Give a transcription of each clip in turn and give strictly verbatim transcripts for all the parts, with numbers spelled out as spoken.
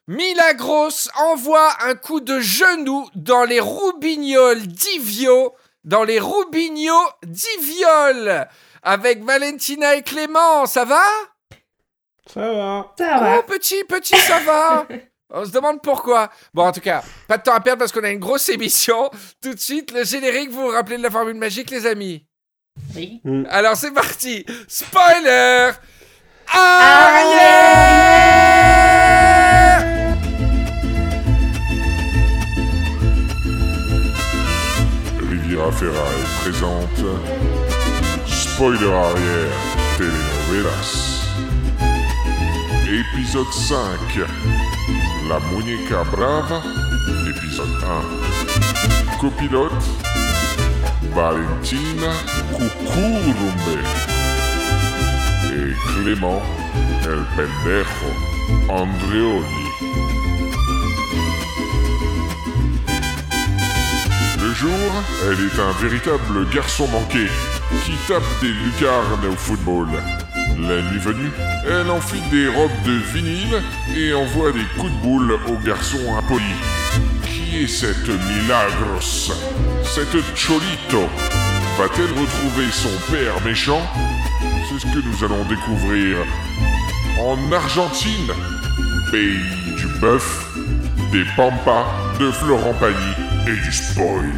Milagros envoie un coup de genou dans les roubignoles d'Ivio, dans les roubignoles d'Iviol, avec Valentina et Clément, ça va ? Ça va. Ça va. Oh, petit, petit, ça va. On se demande pourquoi. Bon, en tout cas, pas de temps à perdre parce qu'on a une grosse émission. Tout de suite, le générique, vous vous rappelez de la formule magique, les amis ? Oui. Mm. Alors, c'est parti. Spoiler arrière. Riviera Ferraille présente Spoiler arrière Telenovelas. Épisode cinq. La Muñeca Brava. Épisode un. Copilote Valentina Cucurumbe. Et Clément El Pendejo Andreoli. Le jour, elle est un véritable garçon manqué qui tape des lucarnes au football. La nuit venue, elle enfile des robes de vinyle et envoie des coups de boule aux garçons impolis. Qui est cette Milagros? Cette Cholito? Va-t-elle retrouver son père méchant? C'est ce que nous allons découvrir en Argentine, pays du bœuf, des pampas, de Florent Pagny et du spoil.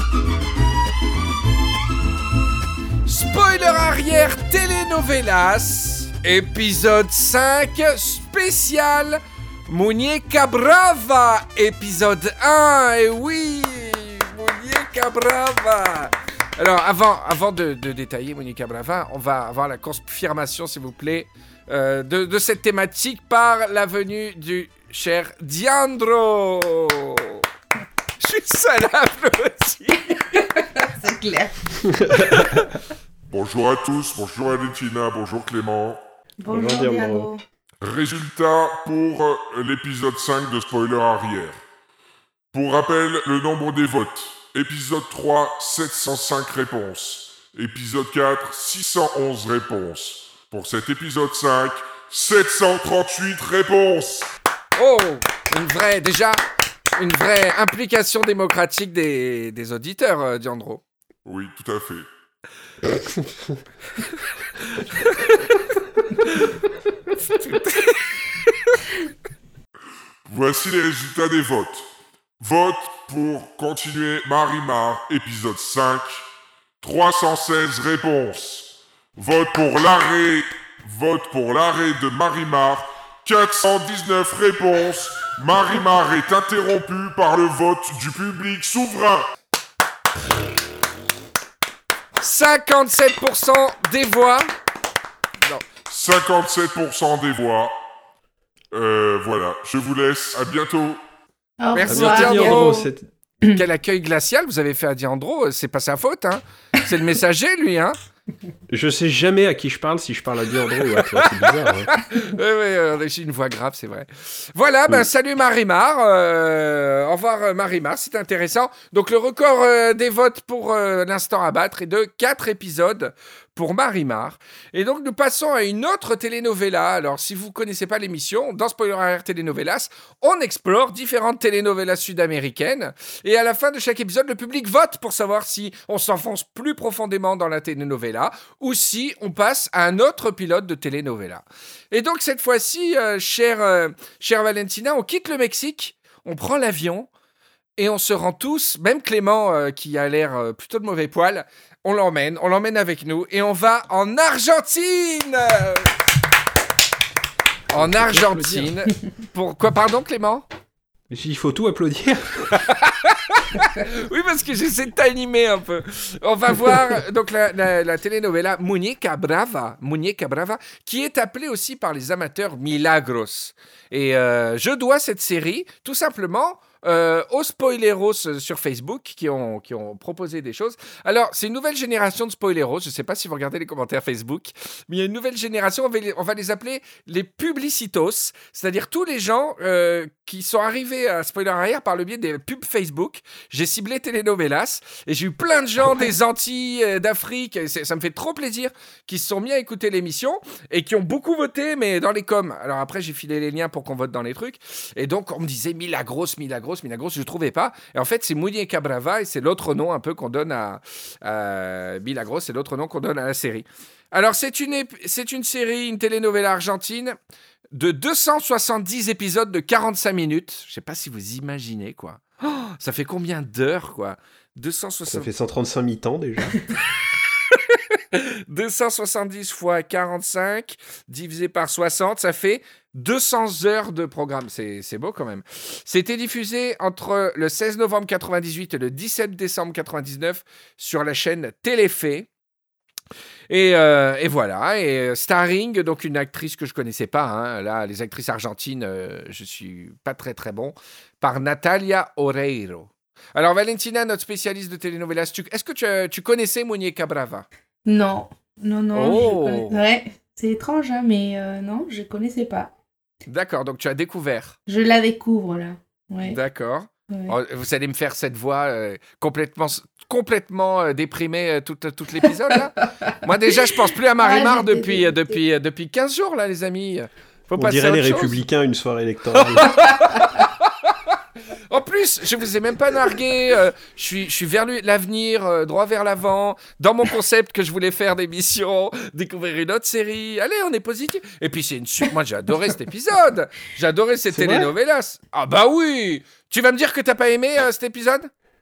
Spoiler arrière Telenovelas, épisode cinq, spécial Muñeca Brava, épisode un, et oui, Muñeca Brava. Alors, avant, avant de, de détailler Muñeca Brava, on va avoir la confirmation, s'il vous plaît, euh, de, de cette thématique par la venue du cher Diandro. Je suis seul à applaudir. C'est clair. Bonjour à tous, bonjour Valentina, bonjour Clément. Bonjour, Bonjour, Diandro. Diandro. Résultat pour euh, l'épisode cinq de Spoiler arrière. Pour rappel, le nombre des votes. Épisode trois, sept cent cinq réponses. Épisode quatre, six cent onze réponses. Pour cet épisode cinq, sept cent trente-huit réponses. Oh, une vraie, déjà, une vraie implication démocratique des, des auditeurs, euh, Diandro. Oui, tout à fait. Voici les résultats des votes. Vote pour continuer Marimar, épisode cinq, trois cent seize réponses. Vote pour l'arrêt, vote pour l'arrêt de Marimar, quatre cent dix-neuf réponses. Marimar est interrompu par le vote du public souverain. cinquante-sept pour cent des voix. Non. cinquante-sept pour cent des voix. Euh, voilà, je vous laisse, à bientôt. Au Merci, revoir, Diandro. Diandro, c'est- Quel accueil glacial vous avez fait à Diandro, c'est pas sa faute, hein. C'est le messager, lui, hein. Je sais jamais à qui je parle, si je parle à Diandro ou à toi, c'est bizarre. Hein. Oui, oui, j'ai une voix grave, c'est vrai. Voilà, ben Oui. salut Marimar. Euh, au revoir euh, Marimar, c'est intéressant. Donc le record euh, des votes pour euh, l'instant à battre est de quatre épisodes pour Marimar. Et donc nous passons à une autre telenovela. Alors si vous connaissez pas l'émission, dans Spoiler arrière Telenovelas, on explore différentes telenovelas sud-américaines. Et à la fin de chaque épisode, le public vote pour savoir si on s'enfonce plus profondément dans la telenovela ou si on passe à un autre pilote de telenovela. Et donc cette fois-ci, euh, chère, euh, chère Valentina, on quitte le Mexique, on prend l'avion et on se rend tous, même Clément euh, qui a l'air euh, plutôt de mauvais poil, on l'emmène, on l'emmène avec nous et on va en Argentine. En Argentine. Pourquoi, pardon Clément? Il faut tout applaudir. Oui, parce que j'essaie de t'animer un peu. On va voir donc la, la, la telenovela Muñeca Brava, Muñeca Brava, qui est appelée aussi par les amateurs Milagros. Et euh, je dois cette série tout simplement euh, aux spoileros sur Facebook qui ont, qui ont proposé des choses. Alors, c'est une nouvelle génération de spoileros. Je ne sais pas si vous regardez les commentaires Facebook, mais il y a une nouvelle génération. On va les, on va les appeler les publicitos, c'est-à-dire tous les gens euh, qui sont arrivés à Spoiler Arrière par le biais des pubs Facebook. J'ai ciblé Telenovelas et j'ai eu plein de gens des Antilles, euh, d'Afrique. C'est, ça me fait trop plaisir qui se sont mis à écouter l'émission et qui ont beaucoup voté, mais dans les coms. Alors après, j'ai filé les liens pour qu'on vote dans les trucs. Et donc, on me disait Milagros, Milagros, Milagros. Je ne trouvais pas. Et en fait, c'est Muñeca Brava et c'est l'autre nom un peu qu'on donne à, à Milagros. C'est l'autre nom qu'on donne à la série. Alors, c'est une, ép- c'est une série, une telenovela argentine de deux cent soixante-dix épisodes de quarante-cinq minutes. Je ne sais pas si vous imaginez, quoi. Oh, ça fait combien d'heures, quoi? deux cent soixante... Ça fait cent trente-cinq mi-temps déjà. deux cent soixante-dix fois quarante-cinq divisé par soixante, ça fait deux cents heures de programme. C'est, c'est beau quand même. C'était diffusé entre le seize novembre quatre-vingt-dix-huit et le dix-sept décembre quatre-vingt-dix-neuf sur la chaîne Téléfé. Et, euh, et voilà, et starring, donc une actrice que je connaissais pas, hein. Là, les actrices argentines, euh, je suis pas très très bon, par Natalia Oreiro. Alors Valentina, notre spécialiste de telenovelas, tu, est-ce que tu, tu connaissais Muñeca Brava? Non, non, non. Oh. Je connais... Ouais, c'est étrange, hein, mais euh, non, je connaissais pas. D'accord, donc tu as découvert. Je la découvre, là. Ouais. D'accord. Ouais. Oh, vous allez me faire cette voix euh, complètement, complètement euh, déprimée euh, tout, tout l'épisode, là. Moi, déjà, je pense plus à Marimar Ah, j'étais depuis, euh, dégoûtée. depuis, euh, depuis quinze jours, là, les amis. Faut On passer dirait à les autre chose. Républicains une soirée électorale. En plus, je vous ai même pas nargué. euh, je suis, je suis vers lui- l'avenir, euh, droit vers l'avant. Dans mon concept que je voulais faire d'émission, découvrir une autre série. Allez, on est positif. Et puis c'est une su- moi j'ai adoré cet épisode. J'ai adoré ces C'est vrai telenovelas. Ah bah oui. Tu vas me dire que t'as pas aimé euh, cet épisode?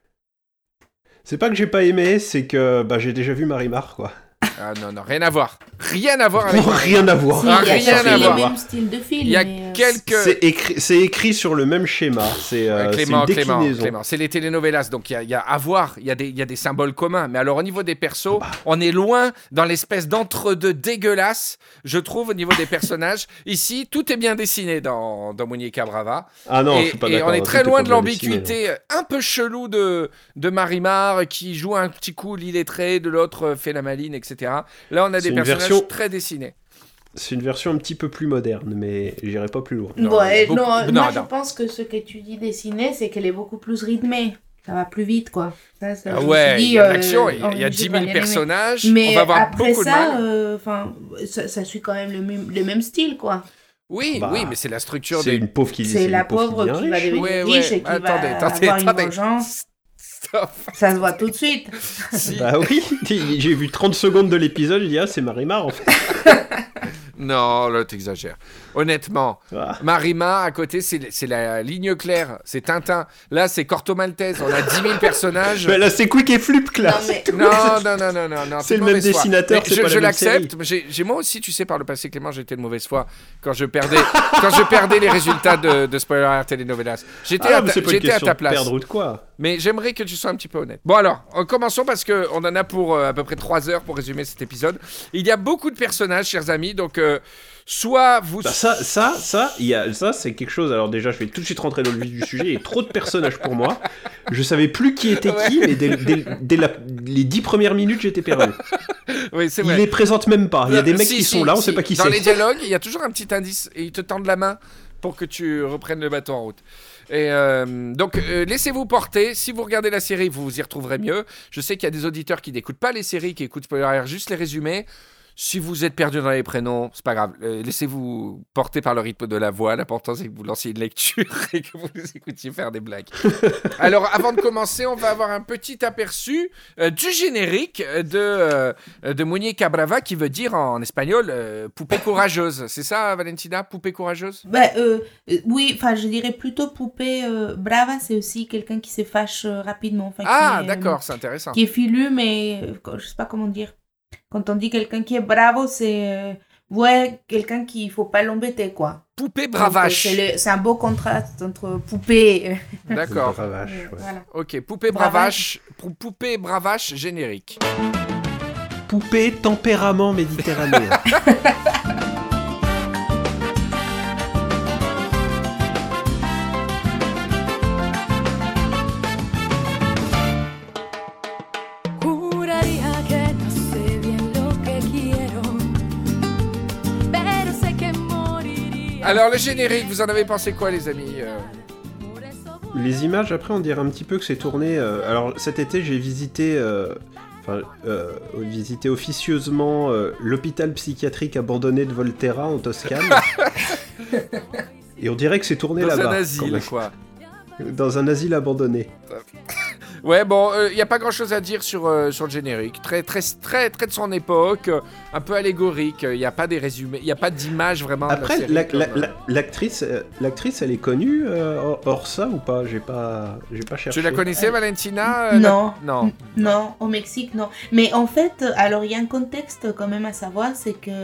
C'est pas que j'ai pas aimé, c'est que bah, j'ai déjà vu Marimar, quoi. Ah non non, rien à voir. Rien à voir avec. Oh, rien à voir. Si, Ah, il y a rien pas à les voir. mêmes styles de films. Il y a mais, euh, quelques. C'est écrit, c'est écrit sur le même schéma. C'est, euh, Ouais, c'est Clément, une Clément, déclinaison. Clément, c'est les telenovelas, donc il y a, il y a à voir, il y, a des- il y a des symboles communs, mais alors au niveau des persos, Bah. on est loin dans l'espèce d'entre-deux dégueulasse, je trouve, au niveau des personnages. Ici, tout est bien dessiné dans, dans Muñeca Brava, Ah non, et, je suis pas et d'accord. on est tout très loin pas de bien dessiné, l'ambiguïté un peu chelou de, de Marimar, qui joue un petit coup l'illettré, de l'autre fait la maline, et cetera. Là, on a C'est des une personnages version- très dessinés. C'est une version un petit peu plus moderne, mais j'irai pas plus loin. Non, ouais, beaucoup- non, non, moi non. je pense que ce que tu dis dessiner, c'est qu'elle est beaucoup plus rythmée. Ça va plus vite, quoi. Ça, ça, Ah je me ouais, suis dit, il y a de euh, l'action, il y a- oh, il y a je dix vais pas mille y arriver. personnages, Mais on va avoir après beaucoup de mal. ça, euh, enfin, ça, ça suit quand même le même, le même style, quoi. Oui, Bah, oui, mais c'est la structure C'est des... une pauvre qui C'est une la pauvre pauvre devient qui va riche. devenir Ouais, riche ouais. et qui Attendez, va attendez, avoir une attendez. vengeance. Stop. Ça se voit tout de suite. Si. Bah oui, j'ai vu trente secondes de l'épisode, je dis ah c'est Marimar en fait. Non, là, t'exagères. Honnêtement, Ah. Marimar, à côté, c'est, c'est la ligne claire. C'est Tintin. Là, c'est Corto Maltese. On a dix mille personnages. Bah là c'est Quick et Flip Non, classe. mais- Non, non, non, non, non, non. C'est de le même mauvaise foi. dessinateur, Mais c'est je, pas la je même l'accepte. mais J'ai, j'ai moi aussi, tu sais, par le passé, Clément, j'étais de mauvaise foi quand je perdais, quand je perdais les résultats de, de Spoiler Alert Telenovelas. J'étais, Ah, à, mais ta, c'est pas une j'étais à question ta de place. perdre ou de quoi. Mais j'aimerais que tu sois un petit peu honnête. Bon alors, euh, commençons parce qu'on en a pour euh, à peu près trois heures pour résumer cet épisode. Il y a beaucoup de personnages, chers amis, donc euh, soit vous... Bah ça, ça, ça, il y a, ça c'est quelque chose. Alors déjà, je vais tout de suite rentrer dans le vif du sujet. Il y a trop de personnages pour moi. Je savais plus qui était qui, mais dès, dès- dès la- les dix premières minutes, j'étais perdu. Oui, c'est Il vrai. les présente même pas. Il y a des Euh, mecs si, qui si, sont là, on si. sait pas qui Dans c'est. les dialogues, il y a toujours un petit indice et ils te tendent la main pour que tu reprennes le bateau en route. Et euh, donc, euh, laissez-vous porter. Si vous regardez la série, vous vous y retrouverez mieux. Je sais qu'il y a des auditeurs qui n'écoutent pas les séries, qui écoutent Spoiler Alert, juste les résumés. Si vous êtes perdu dans les prénoms, c'est pas grave. Euh, laissez-vous porter par le rythme de la voix. L'important, c'est que vous lanciez une lecture et que vous nous écoutiez faire des blagues. Alors, avant de commencer, on va avoir un petit aperçu euh, du générique de, euh, de Muñeca Brava, qui veut dire en espagnol euh, poupée courageuse. C'est ça, Valentina, poupée courageuse? Bah, euh, euh, oui, enfin, je dirais plutôt poupée euh, brava, c'est aussi quelqu'un qui se fâche euh, rapidement. Enfin, Ah, qui est, euh, d'accord, c'est intéressant. Qui est filu, mais euh, je sais pas comment dire. Quand on dit quelqu'un qui est bravo, c'est euh, ouais, quelqu'un qu'il faut pas l'embêter, quoi. Poupée Donc, euh, bravache. c'est, le- c'est un beau contraste entre poupée. euh, D'accord. Ah, vache, euh, ouais. voilà. Ok, poupée bravache, pou- poupée bravache générique. Poupée tempérament méditerranéen. Alors, le générique, vous en avez pensé quoi, les amis euh... Les images, après, on dirait un petit peu que c'est tourné... Euh, alors, cet été, j'ai visité... Euh, enfin, euh, visité officieusement euh, l'hôpital psychiatrique abandonné de Volterra, en Toscane. Et on dirait que c'est tourné Dans là-bas. Dans un asile, quoi. Dans un asile abandonné. Ouais, bon, il euh, n'y a pas grand-chose à dire sur, euh, sur le générique. Très, très, très, très de son époque, euh, un peu allégorique. Il n'y a pas des résumés, il n'y a pas d'image vraiment. Après, de la série, la, comme, la, la, l'actrice, euh, l'actrice, elle est connue euh, hors ça ou pas ? J'ai pas, j'ai pas cherché. Tu la connaissais, Valentina ? euh, Non. La... Non. Non, au Mexique, non. Mais en fait, alors il y a un contexte quand même à savoir, c'est que,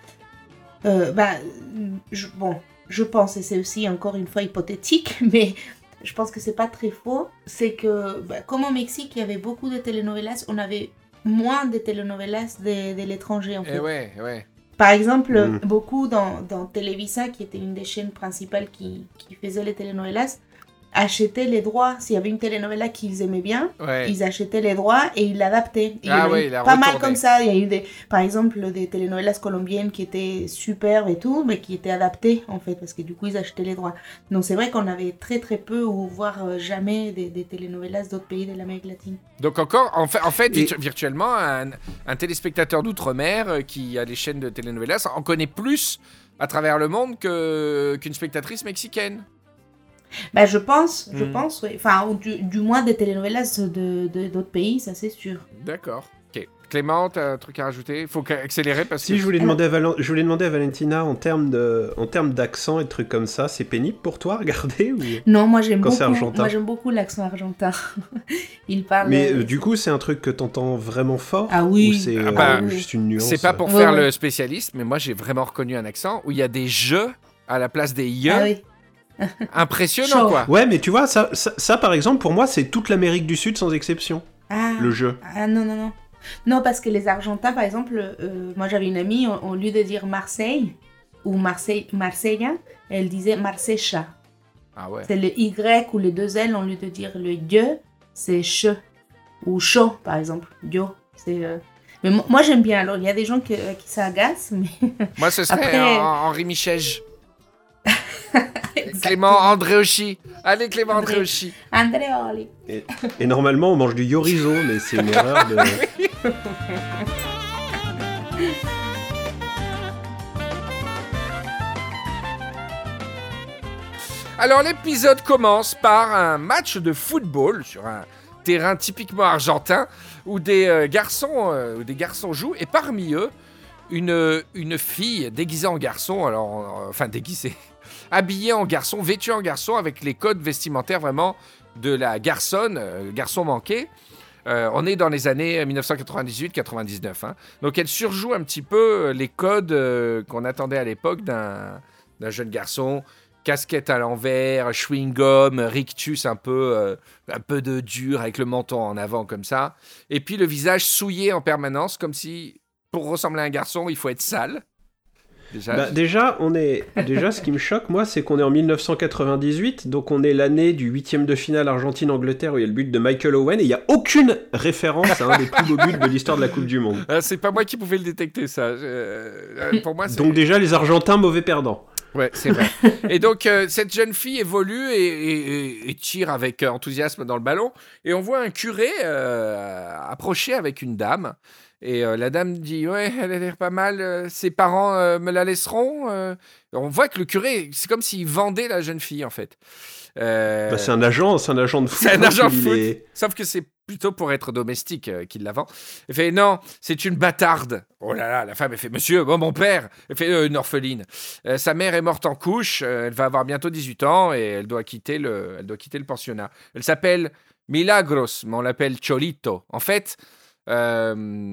euh, bah, je, bon, je pense, et c'est aussi encore une fois hypothétique, mais je pense que c'est pas très faux, c'est que bah, comme au Mexique il y avait beaucoup de telenovelas, on avait moins de telenovelas de, de l'étranger en fait. Eh ouais, ouais. Par exemple, Mm. beaucoup dans, dans Televisa, qui était une des chaînes principales qui, qui faisait les telenovelas, achetaient les droits. S'il y avait une telenovela qu'ils aimaient bien, ouais. ils achetaient les droits et ils l'adaptaient. Et Ah il y ouais, a eu il a pas retourné. mal comme ça. Il y a eu des, par exemple des telenovelas colombiennes qui étaient superbes et tout, mais qui étaient adaptées en fait, parce que du coup ils achetaient les droits. Donc c'est vrai qu'on avait très très peu ou voire euh, jamais des, des telenovelas d'autres pays de l'Amérique latine. Donc encore, en fait, en fait Et... virtu- virtuellement, un, un téléspectateur d'outre-mer euh, qui a les chaînes de telenovelas en connaît plus à travers le monde que, qu'une spectatrice mexicaine. Bah, je pense, je Mm. pense, oui. Enfin, ou du, du moins des telenovelas de, de, d'autres pays, ça c'est sûr. D'accord. Ok. Clément, t'as un truc à rajouter ? Il faut accélérer parce que... Si je voulais demander à Valen- je voulais demander à Valentina en termes de, en termes d'accent et de trucs comme ça, c'est pénible pour toi à regarder ou... Non, moi j'aime Quand beaucoup. c'est argentin. Moi j'aime beaucoup l'accent argentin. Il parle. Mais euh, euh, du coup, c'est un truc que t'entends vraiment fort Ah oui. ou c'est Ah bah, euh, juste une nuance. C'est pas pour Ouais, faire ouais. le spécialiste, mais moi j'ai vraiment reconnu un accent où il y a des je à la place des ye. Ah oui. Impressionnant, Chaud. quoi. Ouais, mais tu vois, ça, ça, ça, par exemple, pour moi, c'est toute l'Amérique du Sud sans exception, Ah. le jeu. Ah non non non. Non parce que les Argentins par exemple, euh, moi j'avais une amie, au, au lieu de dire Marseille ou Marseille, Marsella, elle disait Marsecha. Ah ouais. C'est le Y ou les deux L, au lieu de dire le Dieu, c'est che ou chaud par exemple. Dio, c'est. Euh... Mais mo- moi j'aime bien. Alors il y a des gens que, qui s'agacent, mais Moi ce serait Après- Hen- Henri Michège. Clément Andréochi. Allez, Clément André. Andréochi. Andreoli. Et, et normalement, on mange du chorizo, mais c'est une erreur de... Alors l'épisode commence par un match de football sur un terrain typiquement argentin où des euh, garçons euh, où des garçons jouent et parmi eux une, une fille déguisée en garçon, alors euh, enfin déguisée, habillée en garçon, vêtue en garçon avec les codes vestimentaires vraiment de la garçonne, euh, garçon manqué. Euh, on est dans les années dix-neuf cent quatre-vingt-dix-huit quatre-vingt-dix-neuf. Hein. Donc elle surjoue un petit peu les codes euh, qu'on attendait à l'époque d'un, d'un jeune garçon. Casquette à l'envers, chewing-gum, rictus un peu, euh, un peu de dur avec le menton en avant comme ça. Et puis le visage souillé en permanence comme si pour ressembler à un garçon il faut être sale. Déjà, Bah, déjà, on est... déjà, ce qui me choque, moi, c'est qu'on est en dix-neuf cent quatre-vingt-dix-huit, donc on est l'année du huitième de finale Argentine-Angleterre où il y a le but de Michael Owen, et il n'y a aucune référence à un des plus beaux buts de l'histoire de la Coupe du Monde. euh, c'est pas moi qui pouvais le détecter ça. Euh, euh, pour moi, c'est... Donc déjà, les Argentins, mauvais perdants. Ouais, c'est vrai. Et donc, euh, cette jeune fille évolue et, et- et- et tire avec euh, enthousiasme dans le ballon. Et on voit un curé euh, approcher avec une dame. Et euh, la dame dit « Ouais, elle a l'air pas mal. euh, ses parents euh, me la laisseront euh. On voit que le curé, c'est comme s'il vendait la jeune fille, en fait. Euh, Bah, c'est un agent, c'est un agent de foot. c'est un donc agent il foot. est- Sauf que c'est plutôt pour être domestique euh, qu'il la vend. Elle fait non, c'est une bâtarde. Oh là là, la femme, elle fait monsieur, bon, mon père. Elle fait euh, une orpheline. Euh, sa mère est morte en couche. euh, elle va avoir bientôt dix-huit ans et elle doit quitter le, elle doit quitter le pensionnat. Elle s'appelle Milagros, mais on l'appelle Cholito. En fait. euh,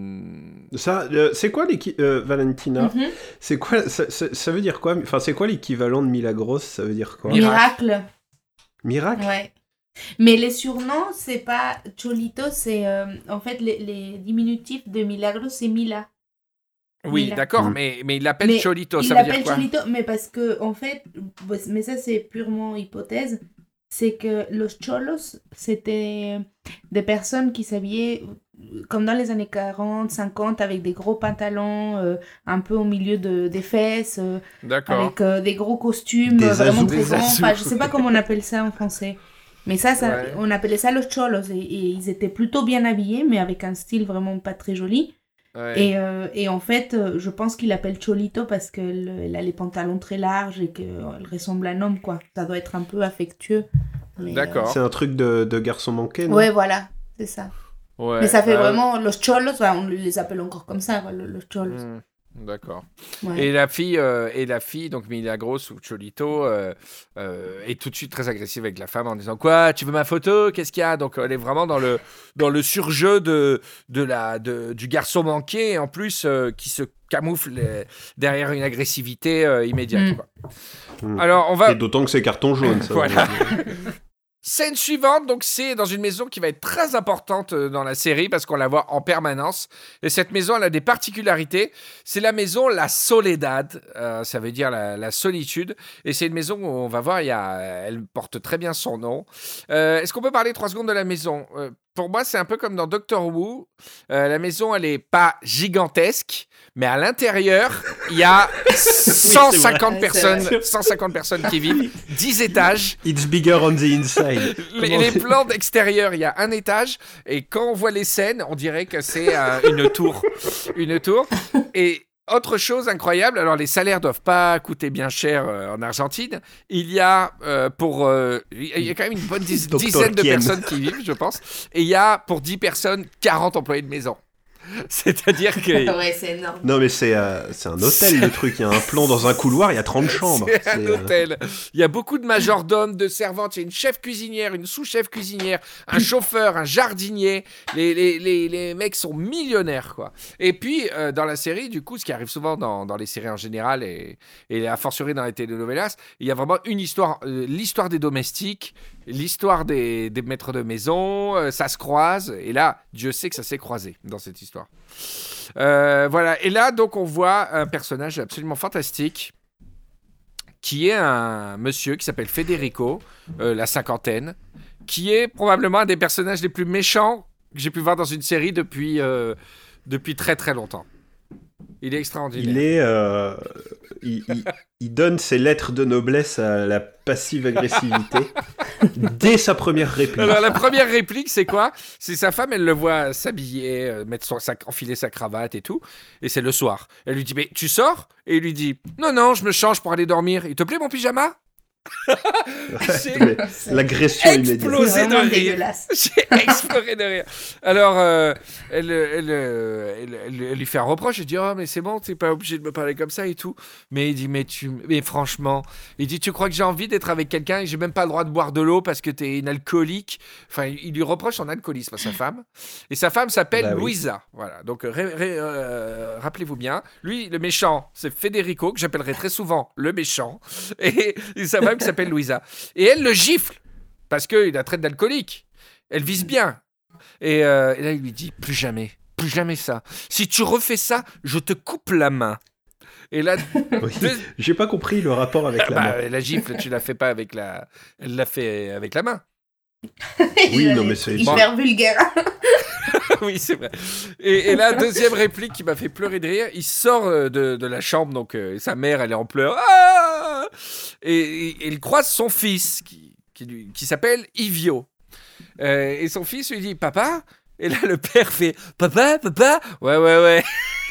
Ça, euh, c'est quoi l'équipe, euh, Valentina Mhm. C'est quoi ça, ça- ça veut dire quoi Enfin, c'est quoi l'équivalent de Milagros Ça veut dire quoi Miracle. Miracle. Miracle Ouais. Mais les surnoms, c'est pas Cholito, c'est euh, en fait les, les diminutifs de Milagro, c'est Mila. Oui, Mila. d'accord, Mm. mais, mais il l'appelle Mais Cholito. il Ça veut dire l'appelle quoi? Cholito, mais parce que en fait, mais ça c'est purement hypothèse, c'est que los cholos, c'était des personnes qui s'habillaient comme dans les années quarante, cinquante, avec des gros pantalons euh, un peu au milieu de, des fesses, euh, avec euh, des gros costumes des vraiment azous, très grands. Enfin, je sais pas comment on appelle ça en français. Mais ça, ça Ouais. on appelait ça los cholos. Et, et ils étaient plutôt bien habillés, mais avec un style vraiment pas très joli. Ouais. Et, euh, et en fait, euh, je pense qu'il l'appelle Cholito parce qu'elle a les pantalons très larges et qu'elle ressemble à un homme, quoi. Ça doit être un peu affectueux. Mais, D'accord. C'est un truc de, de garçon manqué, euh, non? Ouais, voilà, c'est ça. Ouais. Mais ça fait Euh, vraiment los cholos, enfin, on les appelle encore comme ça, quoi, le- los cholos. hmm, D'accord. Ouais. Et la fille, euh, et la fille, donc Milagros ou Cholito, euh, euh, est tout de suite très agressive avec la femme en disant quoi, tu veux ma photo, qu'est-ce qu'il y a? Donc elle est vraiment dans le dans le surjeu de de la de, du garçon manqué, et en plus euh, qui se camoufle euh, derrière une agressivité euh, immédiate. Mm. Quoi. Mm. Alors on va Et d'autant que c'est carton jaune, ça. Voilà. Scène suivante, donc c'est dans une maison qui va être très importante euh, dans la série parce qu'on la voit en permanence. Et cette maison, elle a des particularités. C'est la maison La Soledad, euh, ça veut dire la, la solitude. Et c'est une maison où on va voir, il y a, elle porte très bien son nom. Euh, est-ce qu'on peut parler trois secondes de la maison? Euh, Pour moi, c'est un peu comme dans Doctor Who. Euh, la maison, elle est pas gigantesque, mais à l'intérieur, il y a cent cinquante Ouais, c'est personnes, vrai. cent cinquante personnes qui vivent, dix étages. It's bigger on the inside. Les, Comment les c'est- plans d'extérieur, il y a un étage, et quand on voit les scènes, on dirait que c'est euh, une tour. Une tour. Et autre chose incroyable, alors les salaires doivent pas coûter bien cher euh, en Argentine. Il y a euh, pour, euh, il y a quand même une bonne diz- Docteur dizaine de Kiem. personnes qui vivent, je pense. Et il y a pour dix personnes, quarante employés de maison. C'est-à-dire que Ouais, c'est énorme. Non, mais c'est euh, c'est un hôtel, le truc. Il y a un plan dans un couloir, il y a trente chambres. c'est un C'est, euh, hôtel. Il y a beaucoup de majordomes, de servantes. Il y a une chef cuisinière, une sous-chef cuisinière, un chauffeur, un jardinier. Les, les, les, les mecs sont millionnaires, quoi. Et puis, euh, dans la série, du coup, ce qui arrive souvent dans, dans les séries en général et, et a fortiori dans les telenovelas, il y a vraiment une histoire, euh, l'histoire des domestiques, l'histoire des, des maîtres de maison, euh, ça se croise. Et là, Dieu sait que ça s'est croisé dans cette histoire. Euh, voilà. Et là, donc, on voit un personnage absolument fantastique qui est un monsieur qui s'appelle Federico, euh, la cinquantaine, qui est probablement un des personnages les plus méchants que j'ai pu voir dans une série depuis, euh, depuis très très longtemps. Il est extraordinaire. il est. euh, il, il- il donne ses lettres de noblesse à la passive agressivité dès sa première réplique. Alors la première réplique, c'est quoi? C'est sa femme, elle le voit s'habiller, euh, mettre son, sa, enfiler sa cravate et tout, et c'est le soir. Elle lui dit, mais tu sors? Et il lui dit, non, non, je me change pour aller dormir. Il te plaît mon pyjama? J'ai Mais l'agression immédiate. explosé C'est de vraiment rire. dégueulasse. J'ai exploré de rire. Alors, euh, elle, elle, euh, elle, elle- elle lui fait un reproche. Elle dit, oh, mais c'est bon, t'es pas obligé de me parler comme ça et tout. Mais il dit, mais tu, mais franchement, il dit, tu crois que j'ai envie d'être avec quelqu'un et j'ai même pas le droit de boire de l'eau parce que t'es une alcoolique. Enfin, il lui reproche son alcoolisme à sa femme. Et sa femme s'appelle Bah oui. Louisa. Voilà. Donc, ré- ré- euh, rappelez-vous bien, lui, le méchant, c'est Federico, que j'appellerai très souvent le méchant. Et, et sa femme qui s'appelle Louisa. Et elle le gifle parce qu'il la traite d'alcoolique. Elle vise bien. Et, euh, et là, il lui dit, plus jamais, plus jamais ça. Si tu refais ça, je te coupe la main. Et là, Oui. deux- J'ai pas compris le rapport avec la bah, main. la gifle, tu la fais pas avec la... Elle l'a fait avec la main. Oui, non, mais c'est- hyper vulgaire. Oui, c'est vrai. Et, et là, deuxième réplique qui m'a fait pleurer de rire. Il sort euh, de, de la chambre, donc euh, sa mère, elle est en pleurs. Ah et, et- et il croise son fils, qui, qui, lui- qui s'appelle Ivio. Euh, et son fils lui dit, papa? Et là, le père fait, papa, papa? Ouais, ouais, ouais.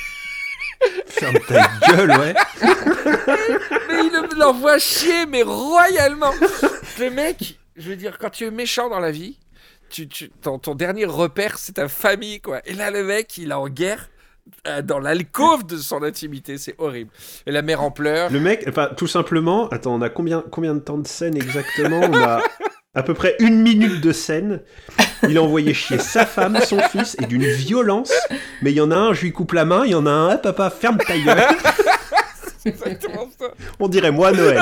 Ferme ta gueule, ouais. Mais il le- l'envoie chier, mais royalement. Le mec, je veux dire, quand tu es méchant dans la vie, tu, tu, ton, ton dernier repère, c'est ta famille, quoi. Et là, le mec, il est en guerre euh, dans l'alcôve de son intimité. C'est horrible. Et la mère en pleurs. Le mec, enfin, tout simplement, attends, on a combien, combien de temps de scène exactement? On a à peu près une minute de scène. Il a envoyé chier sa femme, son fils, et d'une violence. Mais il y en a un, je lui coupe la main, il y en a un, ah, papa, ferme ta gueule. C'est exactement ça. On dirait moi, Noël.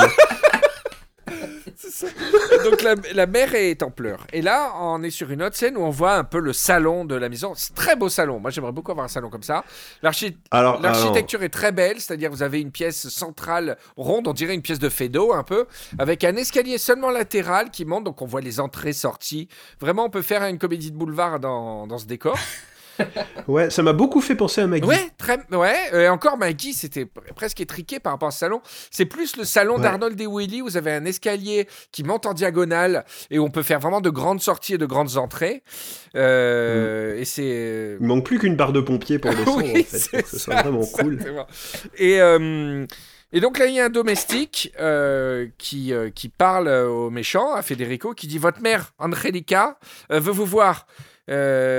C'est ça. Et donc la, la mère est en pleurs. Et là, on est sur une autre scène où on voit un peu le salon de la maison. C'est un très beau salon. Moi, j'aimerais beaucoup avoir un salon comme ça. L'archi- Alors, L'architecture est très belle, c'est-à-dire vous avez une pièce centrale ronde, on dirait une pièce de Feydeau un peu, avec un escalier seulement latéral qui monte, donc on voit les entrées, sorties. Vraiment, on peut faire une comédie de boulevard dans, dans ce décor. Ouais, ça m'a beaucoup fait penser à Maggie. Ouais, très, ouais. Euh, encore Maggie, c'était presque étriqué par rapport au salon. C'est plus le salon ouais. d'Arnold et Willy où vous avez un escalier qui monte en diagonale et où on peut faire vraiment de grandes sorties et de grandes entrées. Euh, mm. Et c'est. Il manque plus qu'une barre de pompier pour descendre oui, en fait, pour que ce soit vraiment cool. Et euh, Et donc là, il y a un domestique euh, qui, euh, qui parle au méchant, à Federico, qui dit « Votre mère, Angelica, euh, veut vous voir. Euh, »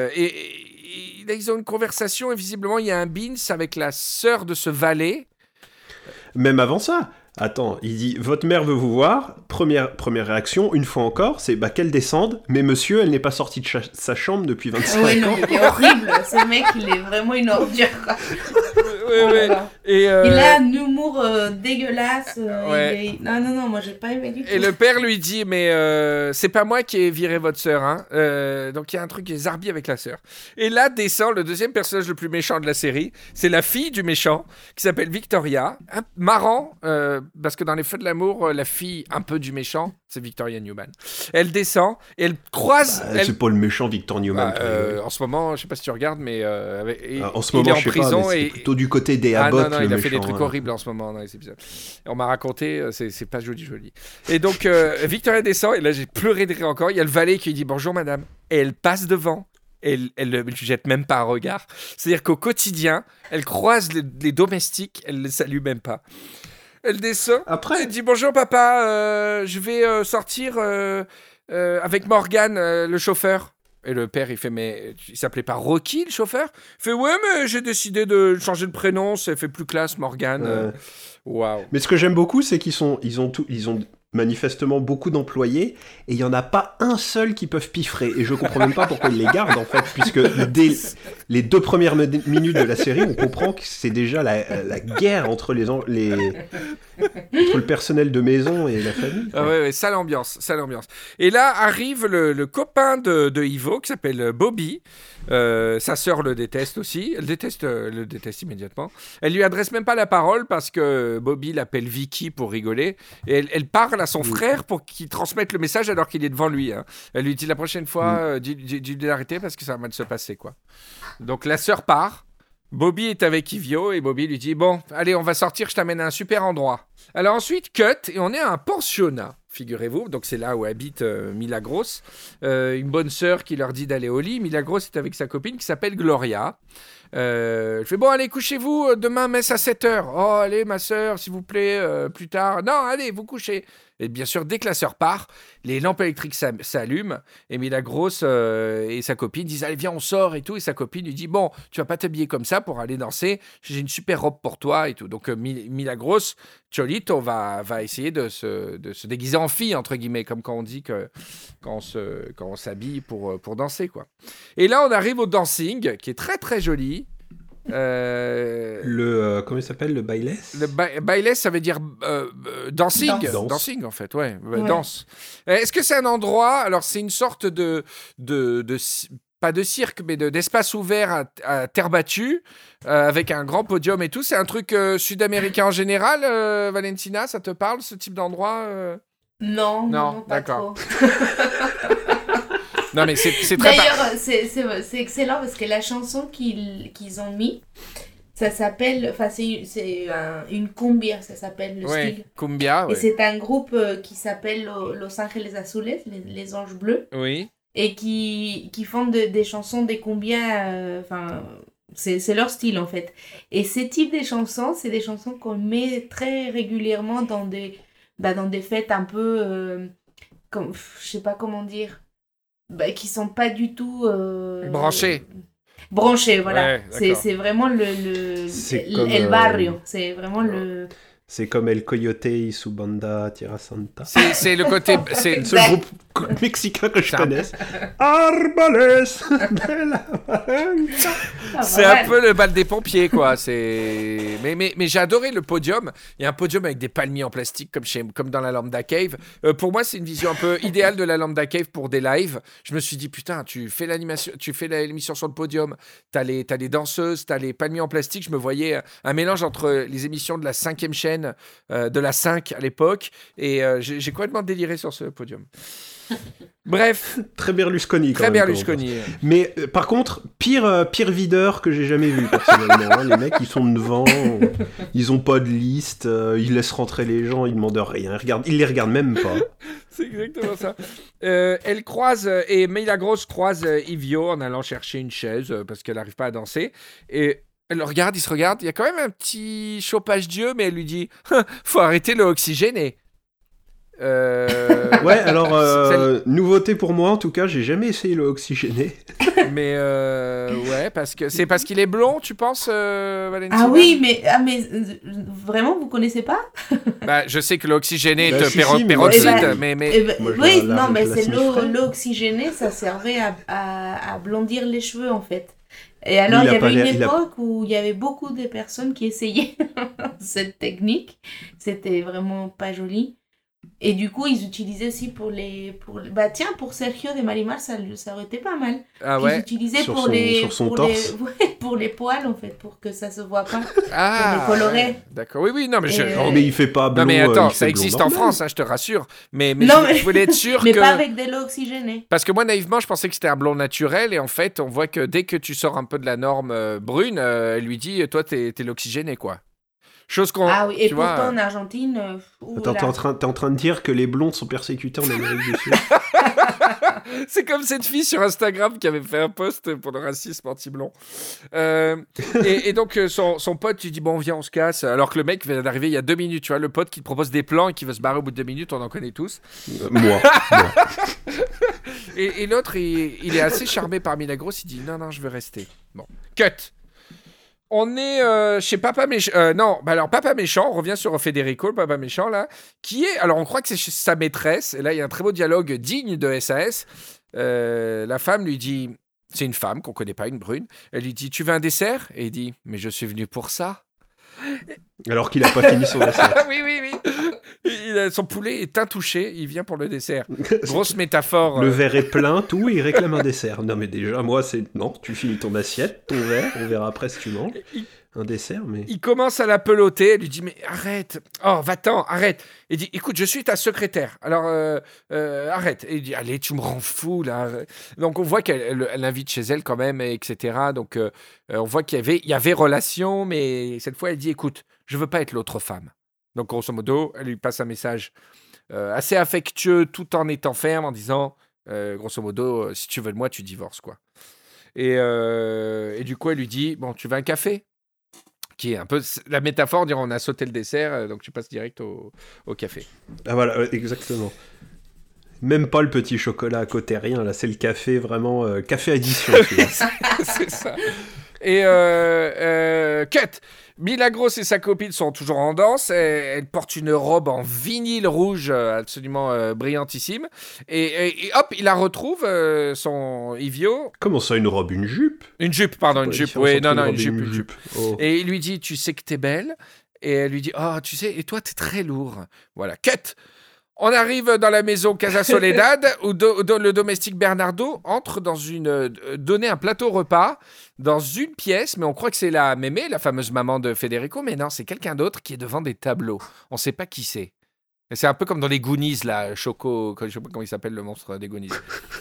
Et, et là, ils ont une conversation et visiblement, il y a un bins avec la sœur de ce valet. Même avant ça, attends, il dit « Votre mère veut vous voir. » Première, première réaction, une fois encore, c'est bah, qu'elle descende. Mais monsieur, elle n'est pas sortie de cha- sa chambre depuis vingt-cinq ouais, ans. Non, il est horrible. Ce mec, il est vraiment une ordure. Ouais, ouais. Et euh... il a un humour euh, dégueulasse. Euh, ouais. est... Non, non, non, moi j'ai pas aimé du tout. Et le père lui dit, mais euh, c'est pas moi qui ai viré votre sœur. Hein. Euh, donc il y a un truc qui est zarbi avec la sœur. Et là descend le deuxième personnage le plus méchant de la série. C'est la fille du méchant qui s'appelle Victoria. Un, marrant, euh, parce que dans Les Feux de l'amour, la fille un peu du méchant, c'est Victoria Newman. Elle descend et elle croise... Bah, elle... C'est pas le méchant Victor Newman. Bah, euh, en ce moment, je sais pas si tu regardes, mais... Euh, avec... ah, en ce il moment, est en je sais prison pas, mais et... c'est plutôt du côté des Ah Abbott, non, non, le il a méchant, fait des trucs hein. horribles en ce moment dans les épisodes. Et on m'a raconté, c'est, c'est pas joli, joli. Et donc, euh, Victoria descend, et là, j'ai pleuré de rire encore. Il y a le valet qui lui dit « Bonjour, madame ». Et elle passe devant. Et elle, elle, elle lui jette même pas un regard. C'est-à-dire qu'au quotidien, elle croise les, les domestiques, elle les salue même pas. Elle descend, Après... elle dit « Bonjour, papa, euh, je vais euh, sortir euh, euh, avec Morgan, euh, le chauffeur ». Et le père, il fait, mais il s'appelait pas Rocky, le chauffeur? Il fait, ouais, mais j'ai décidé de changer de prénom, ça fait plus classe, Morgan. Waouh. Wow. Mais ce que j'aime beaucoup, c'est qu'ils sont, ils ont tout, ils ont manifestement beaucoup d'employés, et il y en a pas un seul qui peuvent piffrer. Et je comprends même pas pourquoi ils les gardent, en fait, puisque dès les deux premières minutes de la série, on comprend que c'est déjà la, la guerre entre les, les, entre le personnel de maison et la famille. Ah ouais, ouais, sale ambiance, sale ambiance. Et là arrive le, le copain de, de Ivo, qui s'appelle Bobby. Euh, sa sœur le déteste aussi. Elle déteste, euh, le déteste immédiatement. Elle lui adresse même pas la parole parce que Bobby l'appelle Vicky pour rigoler. Et elle, elle parle à son mmh. frère pour qu'il transmette le message alors qu'il est devant lui. Hein. Elle lui dit la prochaine fois, mmh. euh, dis, dis, dis d'arrêter parce que ça va mal se passer, quoi. Donc la sœur part. Bobby est avec Ivio et Bobby lui dit « Bon, allez, on va sortir, je t'amène à un super endroit. » Alors ensuite, cut, et on est à un pensionnat, figurez-vous. Donc c'est là où habite euh, Milagros. Euh, une bonne sœur qui leur dit d'aller au lit. Milagros est avec sa copine qui s'appelle Gloria. Euh, je fais « Bon, allez, couchez-vous, demain, messe à sept heures. »« Oh, allez, ma sœur, s'il vous plaît, euh, plus tard. »« Non, allez, vous couchez. » Et bien sûr, dès que la sœur part, les lampes électriques s'allument et Milagros euh, et sa copine disent « Allez, viens, on sort et tout. » Et sa copine lui dit « Bon, tu vas pas t'habiller comme ça pour aller danser. J'ai une super robe pour toi et tout. » Donc, euh, Milagros, Cholito, va, va essayer de se, de se déguiser en fille, entre guillemets, comme quand on dit que quand on, se, quand on s'habille pour, pour danser, quoi. Et là, on arrive au dancing, qui est très, très joli. Euh... Le euh, comment il s'appelle, le bailes? Le ba- bailes, ça veut dire euh, euh, dancing, Danse. dancing en fait, ouais, ouais. danse. Est-ce que c'est un endroit? Alors c'est une sorte de de, de pas de cirque, mais de, d'espace ouvert à, à terre battue euh, avec un grand podium et tout. C'est un truc euh, sud-américain en général, euh, Valentina, ça te parle ce type d'endroit euh... Non, non, non, pas d'accord. trop. Non, mais c'est, c'est très D'ailleurs, par... c'est, c'est, c'est excellent parce que la chanson qu'ils, qu'ils ont mis, ça s'appelle, enfin, c'est, c'est un, une cumbia, ça s'appelle le ouais, style. Cumbia, ouais. Et c'est un groupe euh, qui s'appelle Los Angeles Azules, les, les Anges Bleus. Oui. Et qui, qui font de, des chansons, des cumbias, enfin, euh, c'est, c'est leur style en fait. Et ces types de chansons, c'est des chansons qu'on met très régulièrement dans des, bah, dans des fêtes un peu, euh, comme, je sais pas comment dire. Bah, qui sont pas du tout euh... branchés. Branchés, voilà. Ouais, c'est, c'est vraiment le, le, c'est le comme, el barrio. Euh... C'est vraiment le... C'est comme El Coyote y su banda Tierra Santa. C'est, c'est le côté... C'est le seul groupe mexicain que je connaisse. Arbales de la Barranca. C'est un peu le bal des pompiers, quoi. C'est... Mais, mais, mais j'ai adoré le podium. Il y a un podium avec des palmiers en plastique, comme, chez, comme dans la Lambda Cave. Euh, pour moi, c'est une vision un peu idéale de la Lambda Cave pour des lives. Je me suis dit, putain, tu fais l'animation, tu fais l'émission sur le podium, t'as les, t'as les danseuses, t'as les palmiers en plastique. Je me voyais un mélange entre les émissions de la cinquième chaîne, euh, de la cinq à l'époque, et euh, j'ai, j'ai complètement déliré sur ce podium. Bref. Très Berlusconi, quand Très même. Berlusconi. Mais euh, par contre, pire, euh, pire videur que j'ai jamais vu, personnellement. hein. Les mecs, ils sont devant, euh, ils ont pas de liste, euh, ils laissent rentrer les gens, ils demandent rien. Ils, regardent, ils les regardent même pas. C'est exactement ça. Euh, elle croise, euh, et Milagros croise euh, Ivio en allant chercher une chaise euh, parce qu'elle n'arrive pas à danser. Et elle le regarde, il se regarde. Il y a quand même un petit chopage d'yeux, mais elle lui dit faut arrêter le oxygéné. Euh... Ouais, alors, euh, nouveauté pour moi, en tout cas, j'ai jamais essayé le oxygéné. Mais euh, ouais, parce que c'est parce qu'il est blond, tu penses, euh, Valentina? Ah oui, mais, ah, mais euh, vraiment, vous connaissez pas? Bah, je sais que l'oxygéné Bah, te si, péro- si, mais peroxyde, moi, je- mais... mais... Eh ben, Moi, je oui, la- la- non, mais je la c'est l'eau, snifferais. l'eau oxygénée, ça servait à, à, à blondir les cheveux, en fait. Et alors, il il y a pas avait une l'air- il a- époque où il y avait beaucoup de personnes qui essayaient cette technique. C'était vraiment pas joli. Et du coup, ils utilisaient aussi pour les... Pour... Bah tiens, pour Sergio de Marimar, ça, ça aurait été pas mal. Ah Ils ouais. utilisaient Sur pour son- les... sur son pour torse. Les... Ouais, pour les poils, en fait, pour que ça se voit pas. Ah, Pour les colorer. ouais. D'accord, oui, oui, non, mais je... Et, oh, euh, Mais il fait pas blond. Non mais euh, attends, il ça fait blond existe en normal. France, hein, je te rassure. Mais, mais, Non, je, mais- je voulais être sûr Mais que... pas avec de l'eau oxygénée. Parce que moi, naïvement, je pensais que c'était un blond naturel. Et en fait, on voit que dès que tu sors un peu de la norme euh, brune, euh, elle lui dit, toi, t'es, t'es l'oxygéné, quoi. Chose qu'on... Ah oui, et tu pourtant vois, en Argentine... euh, ouh Attends, là. t'es en, train, t'es en train de dire que les blondes sont persécutés en Amérique du Sud? c'est comme cette fille sur Instagram qui avait fait un post pour le racisme anti-blond. Euh, et, et donc, euh, son, son pote, il dit, bon, viens, on se casse. Alors que le mec vient d'arriver il y a deux minutes, tu vois. Le pote qui te propose des plans et qui veut se barrer au bout de deux minutes, on en connaît tous. Euh, moi. moi. Et, et l'autre, il, il est assez charmé par Milagros. Il dit, non, non, je veux rester. Bon, cut. On est euh, chez Papa Méchant. Euh, non, bah alors Papa Méchant, on revient sur Federico, le Papa Méchant, là, qui est. Alors, on croit que c'est chez sa maîtresse. Et là, il y a un très beau dialogue digne de S A S. Euh, la femme lui dit. C'est une femme qu'on connaît pas, une brune. Elle lui dit, tu veux un dessert? Et il dit, mais je suis venu pour ça. Alors qu'il a pas fini son dessert. Ah oui, oui, oui. Il a- son poulet est intouché. Il vient pour le dessert. Grosse métaphore. Le euh, verre est plein, tout, et il réclame un dessert. Non, mais déjà, moi, c'est. Non, tu finis ton assiette, ton verre, on verra après si tu manges. il- Un dessert, mais. Il commence à la peloter, elle lui dit mais arrête, oh va-t'en, arrête. Il dit écoute je suis ta secrétaire, alors euh, euh, arrête. Et il dit allez tu me rends fou là. Donc on voit qu'elle elle, elle l'invite chez elle quand même et etc. Donc euh, on voit qu'il y avait il y avait relation, mais cette fois elle dit écoute je veux pas être l'autre femme. Donc grosso modo elle lui passe un message euh, assez affectueux tout en étant ferme en disant euh, grosso modo si tu veux de moi tu divorces quoi. Et, euh, et du coup elle lui dit bon tu veux un café? Qui est un peu la métaphore, on dirait on a sauté le dessert, euh, donc tu passes direct au, au café. Ah voilà, ouais, exactement. Même pas le petit chocolat à côté, rien, là, c'est le café, vraiment, euh, café addition, tu vois. C'est ça. Et euh, euh, cut. Milagros et sa copine sont toujours en danse. Elle, elle porte une robe en vinyle rouge euh, absolument euh, brillantissime. Et, et- et hop, il la retrouve, euh, son Ivio. Comment ça, une robe, une jupe? Une jupe, pardon, une La jupe. différence Oui, entre non, non, robe une et jupe, une jupe. Oh. Et il lui dit, tu sais que t'es belle. Et elle lui dit, oh, tu sais, et toi, t'es très lourd. Voilà, cut. On arrive dans la maison Casa Soledad où, do- où le domestique Bernardo entre dans une euh, donner un plateau repas dans une pièce, mais on croit que c'est la mémé, la fameuse maman de Federico, mais non, c'est quelqu'un d'autre qui est devant des tableaux. On sait pas qui c'est. Et c'est un peu comme dans les Goonies, là, Choco, je sais pas comment il s'appelle le monstre des Goonies.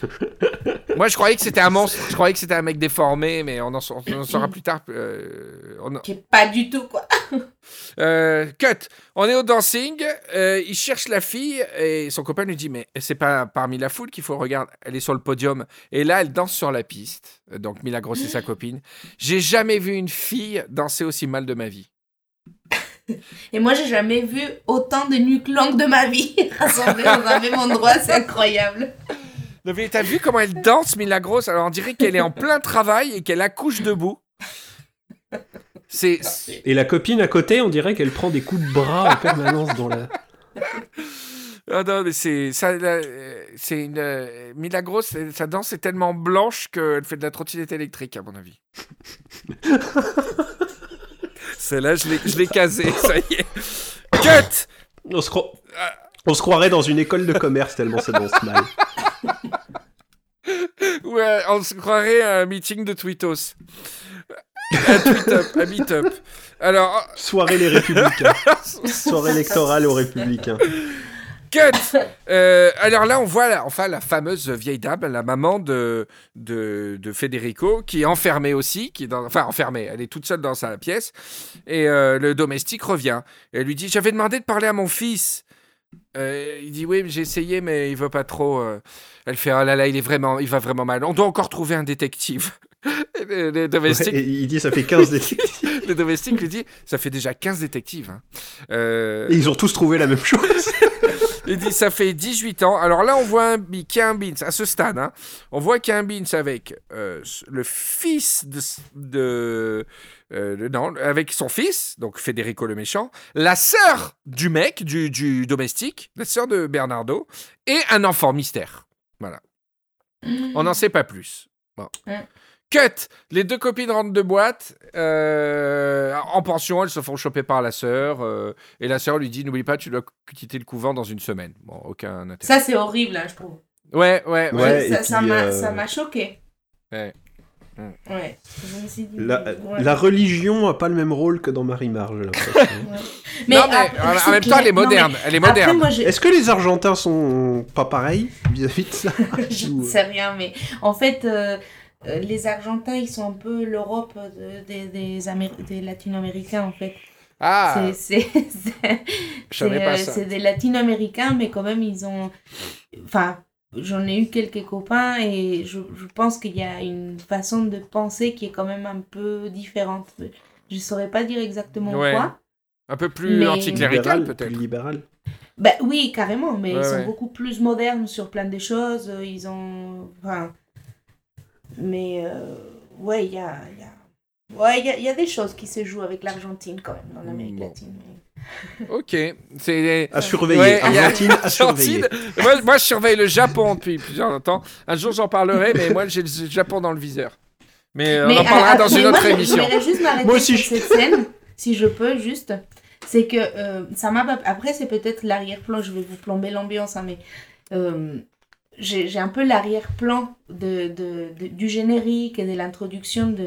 Moi, je croyais que c'était un monstre, je croyais que c'était un mec déformé, mais on en, sa- on en saura plus tard. euh, on en- Qui est pas du tout, quoi. euh, cut. On est au dancing. euh, il cherche la fille et son copain lui dit mais c'est pas parmi la foule qu'il faut regarder. Elle est sur le podium et là elle danse sur la piste. Donc Milagros et sa copine. J'ai jamais vu une fille danser aussi mal de ma vie. Et moi, j'ai jamais vu autant de nuques longues de ma vie rassemblées dans un même endroit, c'est incroyable. Non, mais t'as vu comment elle danse Milagros? Alors on dirait qu'elle est en plein travail et qu'elle accouche debout. C'est Et la copine à côté, on dirait qu'elle prend des coups de bras en permanence dans la... ah non mais c'est ça là, euh, c'est une euh, Milagros c'est- sa danse est tellement blanche qu'elle fait de la trottinette électrique à mon avis. Celle-là je l'ai je l'ai casée ça y est. Cut. On se, cro- on se croirait dans une école de commerce tellement ça danse mal. Ouais, on se croirait à un meeting de Twittos. Un tweet-up, un meet-up. Alors, Soirée les Républicains. Soirée électorale aux Républicains. Cut. Euh, alors là, on voit la, enfin la fameuse vieille dame, la maman de, de, de Federico, qui est enfermée aussi, qui est dans, enfin enfermée, elle est toute seule dans sa pièce, et euh, le domestique revient. Et elle lui dit, j'avais demandé de parler à mon fils. Euh, il dit, oui, j'ai essayé, mais il veut pas trop. Euh. Elle fait, oh là là, il est vraiment, il va vraiment mal. On doit encore trouver un détective. Le, le domestique, ouais, il dit ça fait quinze détectives. Le domestique lui dit ça fait déjà quinze détectives. Hein. Euh... Et ils ont tous trouvé la même chose. Il dit ça fait dix-huit ans. Alors là, on voit un, qu'il y a un Beans à ce stade. Hein, on voit qu'il y a un Beans avec euh, le fils de. de euh, non, avec son fils, donc Federico le méchant, la sœur du mec, du, du domestique, la sœur de Bernardo, et un enfant mystère. Voilà. Mmh. On n'en sait pas plus. Bon. Mmh. Cut. Les deux copines rentrent de boîte euh, en pension, elles se font choper par la sœur euh, et la sœur lui dit n'oublie pas, tu dois quitter le couvent dans une semaine. Bon, aucun intérêt. Ça c'est horrible, hein, je trouve. Ouais, ouais, ouais. ouais ça, ça, puis, m'a, euh... ça m'a choqué. Ouais. Ouais. Dit, la, ouais. la religion n'a pas le même rôle que dans Marie-Marge, j'ai l'impression. ouais. Mais, non, mais après, en même temps, elle est moderne. Non, elle est moderne. Après, moi, j'ai... Est-ce que les Argentins sont pas pareils vis-à-vis de ça? Je ne sais rien, mais en fait. Euh... Euh, les Argentins, ils sont un peu l'Europe de, de, des, Améri- des Latino-Américains, en fait. Ah C'est, c'est, c'est, Je savais c'est, pas euh, ça. C'est des Latino-Américains, mais quand même, ils ont... Enfin, j'en ai eu quelques copains et je, je pense qu'il y a une façon de penser qui est quand même un peu différente. Je ne saurais pas dire exactement ouais. quoi. Un peu plus mais... anticlérical, libéral, peut-être. Plus libéral. Bah, oui, carrément, mais ouais, ils sont ouais. beaucoup plus modernes sur plein de choses. Ils ont... Enfin... Mais euh, ouais, il y a, y, a... ouais, y, a, y a des choses qui se jouent avec l'Argentine quand même dans l'Amérique bon. latine. Mais... Ok. C'est... À surveiller. Ouais, Argentine, à surveiller. moi, moi, je surveille le Japon depuis plusieurs temps. Un jour, j'en parlerai, mais moi, j'ai le Japon dans le viseur. Mais, mais on en parlera à, dans une autre moi, émission. Je voudrais juste m'arrêter moi aussi, sur je... cette scène, si je peux, juste. C'est que euh, ça m'a pas... Après, c'est peut-être l'arrière-plan, je vais vous plomber l'ambiance, hein, mais... Euh, J'ai, j'ai un peu l'arrière-plan de, de, de, du générique et de l'introduction de,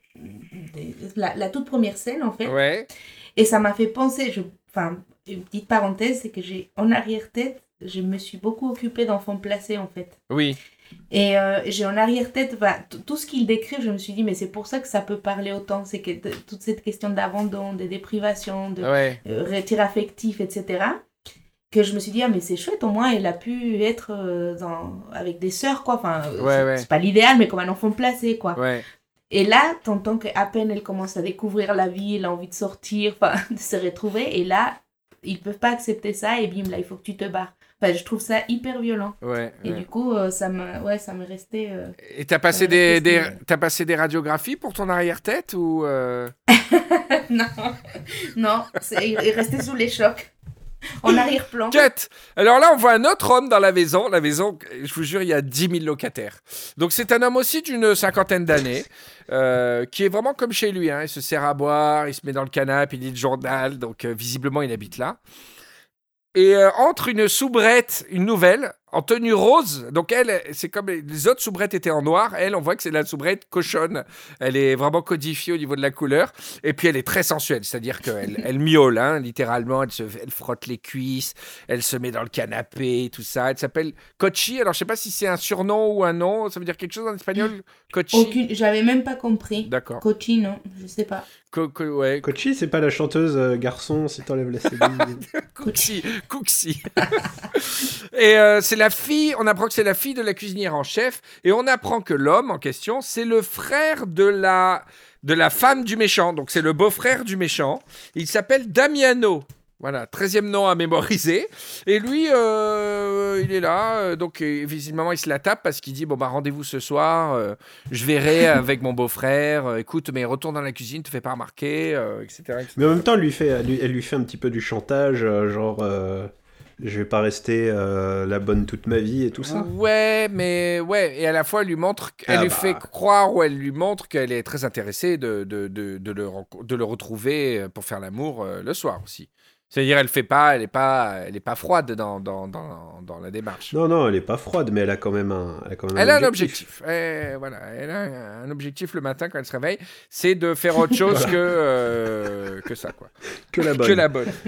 de la, la toute première scène, en fait. Ouais. Et ça m'a fait penser, je, enfin, une petite parenthèse, c'est que j'ai, en arrière-tête, je me suis beaucoup occupée d'enfants placés, en fait. Oui. Et euh, j'ai en arrière-tête, bah, t- tout ce qu'il décrit, je me suis dit, mais c'est pour ça que ça peut parler autant. C'est que t- toute cette question d'abandon, de déprivation, de ouais. euh, retire affectif, et cetera, que je me suis dit, ah mais c'est chouette, au moins elle a pu être euh, dans... avec des sœurs, quoi. Enfin, ouais, c'est, ouais. c'est pas l'idéal, mais comme un enfant placé, quoi. Ouais. Et là, t'entends qu'à peine elle commence à découvrir la vie, elle a envie de sortir, enfin, de se retrouver, et là, ils peuvent pas accepter ça, et bim, là, il faut que tu te barres. Enfin, je trouve ça hyper violent. Ouais, et ouais. du coup, euh, ça me, ouais, ça m'est resté... Euh... Et t'as passé des, des, t'as passé des radiographies pour ton arrière-tête, ou... Euh... non, non, c'est, il est resté sous les chocs. En arrière-plan. Cut. Alors là, on voit un autre homme dans la maison. La maison, je vous jure, il y a dix mille locataires. Donc c'est un homme aussi d'une cinquantaine d'années, euh, qui est vraiment comme chez lui. Hein. Il se sert à boire, il se met dans le canapé, il lit le journal. Donc euh, visiblement, il habite là. Et euh, entre une soubrette, une nouvelle, en tenue rose. Donc elle, c'est comme les autres soubrettes étaient en noir. Elle, on voit que c'est la soubrette cochonne. Elle est vraiment codifiée au niveau de la couleur. Et puis elle est très sensuelle, c'est-à-dire qu'elle elle miaule, hein, littéralement. Elle, se, elle frotte les cuisses, elle se met dans le canapé, tout ça. Elle s'appelle Cochi. Alors je sais pas si c'est un surnom ou un nom. Ça veut dire quelque chose en espagnol, Cochi. Aucune, j'avais même pas compris. D'accord. Cochi, non, je sais pas. Co- co- ouais. Cochi, c'est pas la chanteuse euh, garçon si t'enlèves la cellule. Cochi, Cooksy. Et euh, c'est la fille, on apprend que c'est la fille de la cuisinière en chef, et on apprend que l'homme en question, c'est le frère de la, de la femme du méchant, donc c'est le beau-frère du méchant. Il s'appelle Damiano. Voilà, treizième nom à mémoriser. Et lui, euh, il est là, euh, donc euh, visiblement il se la tape parce qu'il dit, bon bah rendez-vous ce soir, euh, je verrai avec mon beau-frère, euh, écoute, mais retourne dans la cuisine, te fais pas remarquer, euh, et cetera, et cetera. Mais en même temps, elle lui fait, elle lui, elle lui fait un petit peu du chantage, euh, genre... Euh... Je vais pas rester euh, la bonne toute ma vie et tout ça. Ouais, mais ouais, et à la fois elle lui montre, elle ah lui bah. fait croire ou elle lui montre qu'elle est très intéressée de de de, de, le, de le retrouver pour faire l'amour euh, le soir aussi. C'est-à-dire elle fait pas, elle est pas, elle est pas froide dans dans dans dans la démarche. Non non, elle est pas froide, mais elle a quand même un, elle a quand même elle un a objectif. un objectif. Et voilà, elle a un objectif le matin quand elle se réveille, c'est de faire autre chose voilà. que euh, que ça quoi. Que la bonne. Que la bonne.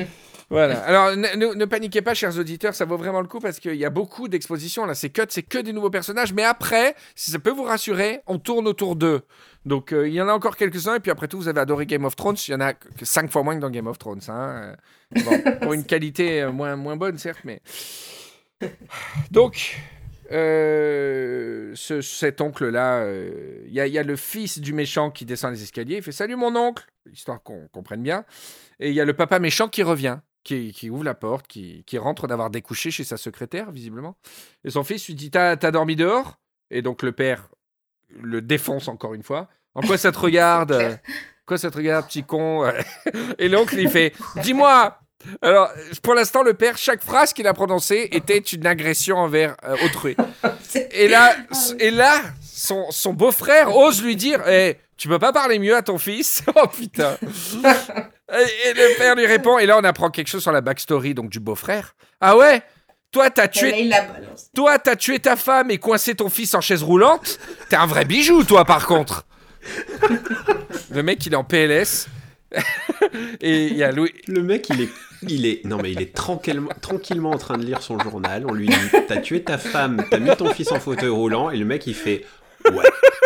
Voilà. Alors, ne, ne, ne paniquez pas, chers auditeurs, ça vaut vraiment le coup parce qu'il y a beaucoup d'expositions. Là, c'est cut, c'est que des nouveaux personnages. Mais après, si ça peut vous rassurer, on tourne autour d'eux. Donc, euh, il y en a encore quelques-uns. Et puis après tout, vous avez adoré Game of Thrones. Il y en a que cinq fois moins que dans Game of Thrones. Hein. Bon, pour une qualité moins, moins bonne, certes, mais... Donc... Euh, ce, cet oncle-là, il euh, y, y a le fils du méchant qui descend les escaliers. Il fait « Salut mon oncle !» Histoire qu'on comprenne bien. Et il y a le papa méchant qui revient, qui, qui ouvre la porte, qui, qui rentre d'avoir découché chez sa secrétaire, visiblement. Et son fils lui dit « T'as, t'as dormi dehors ?» Et donc le père le défonce encore une fois. « En quoi ça te regarde ? En quoi ça te regarde, petit con ?» Et l'oncle, il fait « Dis-moi !» Alors, pour l'instant, le père, chaque phrase qu'il a prononcée était une agression envers euh, autrui. Et là, et là son, son beau-frère ose lui dire hey, « Tu peux pas parler mieux à ton fils ?» Oh putain. et, et le père lui répond, et là, on apprend quelque chose sur la backstory donc, du beau-frère. « Ah ouais ? Toi, t'as tué... Toi, t'as tué ta femme et coincé ton fils en chaise roulante ? T'es un vrai bijou, toi, par contre. » Le mec, il est en P L S. Et il y a Louis... Le mec, il est... Il est, non mais il est tranquillement, tranquillement en train de lire son journal. On lui dit « T'as tué ta femme, t'as mis ton fils en fauteuil roulant. » Et le mec, il fait « Ouais. »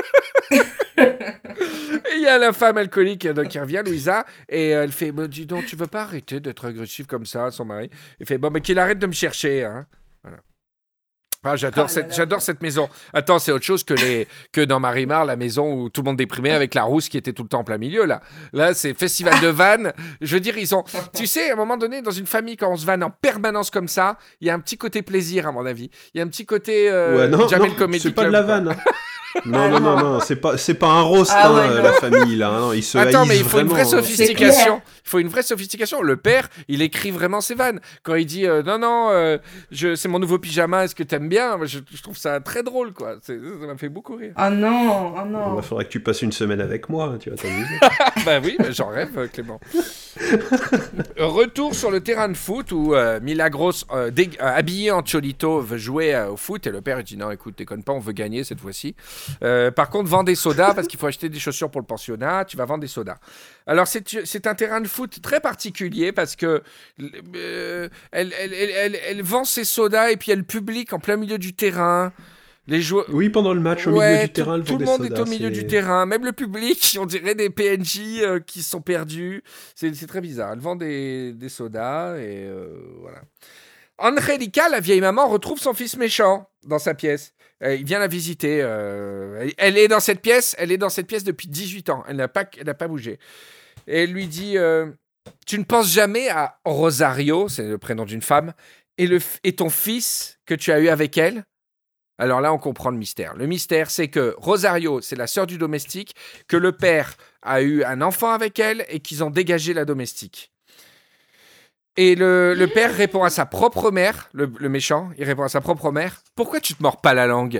Et il y a la femme alcoolique donc, qui revient, Louisa, et elle fait bah, « Dis donc, tu veux pas arrêter d'être agressif comme ça, son mari ?» Il fait « Bon, mais qu'il arrête de me chercher. Hein. » Voilà. Ah, j'adore, oh cette, j'adore cette maison. Attends, c'est autre chose que, les, que dans Marimar, la maison où tout le monde déprimait avec la rousse qui était tout le temps en plein milieu. Là, là c'est festival de vannes. Je veux dire, ils ont... Tu sais, à un moment donné, dans une famille, quand on se vanne en permanence comme ça, il y a un petit côté plaisir, à mon avis. Il y a un petit côté... Euh, ouais, non, Jamel non Comedy c'est pas Club, de la vanne. Hein. Non, non, non, non, c'est pas, c'est pas un roast, ah, ouais, hein, la famille, là. Hein, ils se Attends, mais il faut vraiment, une vraie sophistication. Il faut une vraie sophistication. Le père, il écrit vraiment ses vannes. Quand il dit euh, non, non, euh, je, c'est mon nouveau pyjama, est-ce que t'aimes bien ? je, je trouve ça très drôle, quoi. C'est, ça m'a fait beaucoup rire. Oh non, oh non. Il faudrait que tu passes une semaine avec moi, tu vas t'amuser. Bah oui, bah, j'en rêve, Clément. Retour sur le terrain de foot où euh, Milagros, euh, dé- euh, habillé en Cholito, veut jouer euh, au foot et le père il dit non, écoute, déconne pas, on veut gagner cette fois-ci. Euh, par contre, vends des sodas parce qu'il faut acheter des chaussures pour le pensionnat, tu vas vendre des sodas. Alors, c'est, c'est un terrain de foot très particulier parce que euh, elle, elle, elle, elle, elle vend ses sodas et puis elle publie en plein milieu du terrain. Les joueurs... Oui, pendant le match, au ouais, milieu du tout, terrain, tout le monde sodas, est au milieu c'est... du terrain, même le public, on dirait des P N J euh, qui sont perdus. C'est, c'est très bizarre. Elle vend des, des sodas et euh, voilà. Angelica, la vieille maman, retrouve son fils méchant dans sa pièce. Euh, il vient la visiter. Euh, elle, elle est dans cette pièce. Elle est dans cette pièce depuis dix-huit ans. Elle n'a pas, elle n'a pas bougé. Et elle lui dit euh, tu ne penses jamais à Rosario, c'est le prénom d'une femme, et, le, et ton fils que tu as eu avec elle. Alors là, on comprend le mystère. Le mystère, c'est que Rosario, c'est la sœur du domestique, que le père a eu un enfant avec elle et qu'ils ont dégagé la domestique. Et le, le père répond à sa propre mère, le, le méchant, il répond à sa propre mère, « Pourquoi tu te mords pas la langue ?»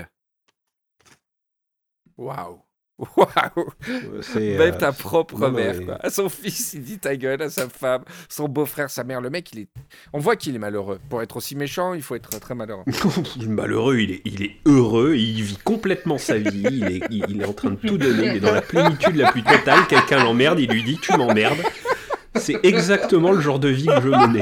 Waouh. Waouh. C'est même euh, ta propre non, mère, mais... quoi. À son fils, il dit ta gueule, à sa femme, son beau-frère, sa mère. Le mec, il est... On voit qu'il est malheureux. Pour être aussi méchant, il faut être très malheureux. Il est malheureux, il est, il est heureux, il vit complètement sa vie, il est, il est en train de tout donner, il est dans la plénitude la plus totale. Quelqu'un l'emmerde, il lui dit tu m'emmerdes. C'est exactement le genre de vie que je menais.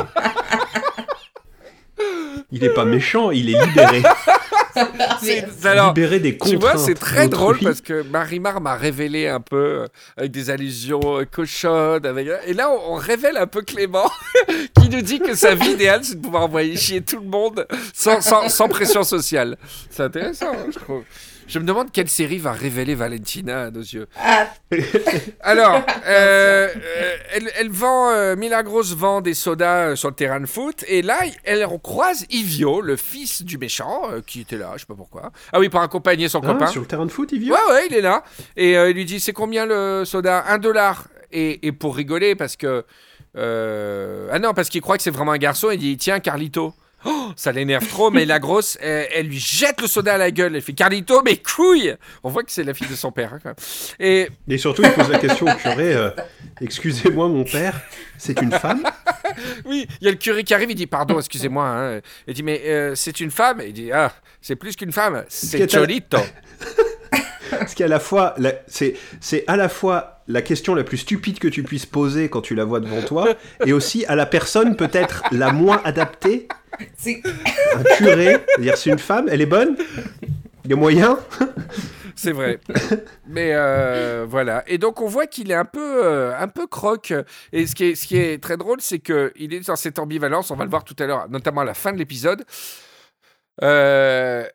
Il est pas méchant, il est libéré. C'est, alors, libéré des contraintes. Tu vois, c'est très drôle parce que Marimar m'a révélé un peu euh, avec des allusions euh, cochonnes. Avec... Et là, on, on révèle un peu Clément qui nous dit que sa vie idéale, c'est de pouvoir envoyer chier tout le monde sans, sans, sans pression sociale. C'est intéressant, hein, je trouve. Je me demande quelle série va révéler Valentina à nos yeux. Ah. Alors, euh, euh, elle, elle vend, euh, Milagros vend des sodas sur le terrain de foot, et là, elle croise Ivio, le fils du méchant, euh, qui était là, je sais pas pourquoi. Ah oui, pour accompagner son ah, copain. Sur le terrain de foot, Ivio ? Ouais, ouais, il est là. Et euh, il lui dit, c'est combien le soda ? Un dollar. Et, et pour rigoler, parce que... Euh... Ah non, parce qu'il croit que c'est vraiment un garçon, il dit, tiens, Carlito. Oh, ça l'énerve trop, mais la grosse, elle, elle lui jette le soda à la gueule. Elle fait « Carlito, mais couille !» On voit que c'est la fille de son père. Hein, quand même. Et... Et surtout, il pose la question au curé euh, « Excusez-moi, mon père, c'est une femme ?» Oui, il y a le curé qui arrive, il dit « Pardon, excusez-moi. Hein. » Il dit « Mais euh, c'est une femme ?» Il dit « Ah, c'est plus qu'une femme, c'est Cholito. » Ce qui est à la fois, la, c'est, c'est à la fois la question la plus stupide que tu puisses poser quand tu la vois devant toi, et aussi à la personne peut-être la moins adaptée. C'est... Un curé, c'est-à-dire c'est une femme, elle est bonne, il y a moyen. C'est vrai. Mais euh, voilà. Et donc, on voit qu'il est un peu, euh, un peu croque. Et ce qui est, ce qui est très drôle, c'est qu'il est dans cette ambivalence. On va le voir tout à l'heure, notamment à la fin de l'épisode. Euh...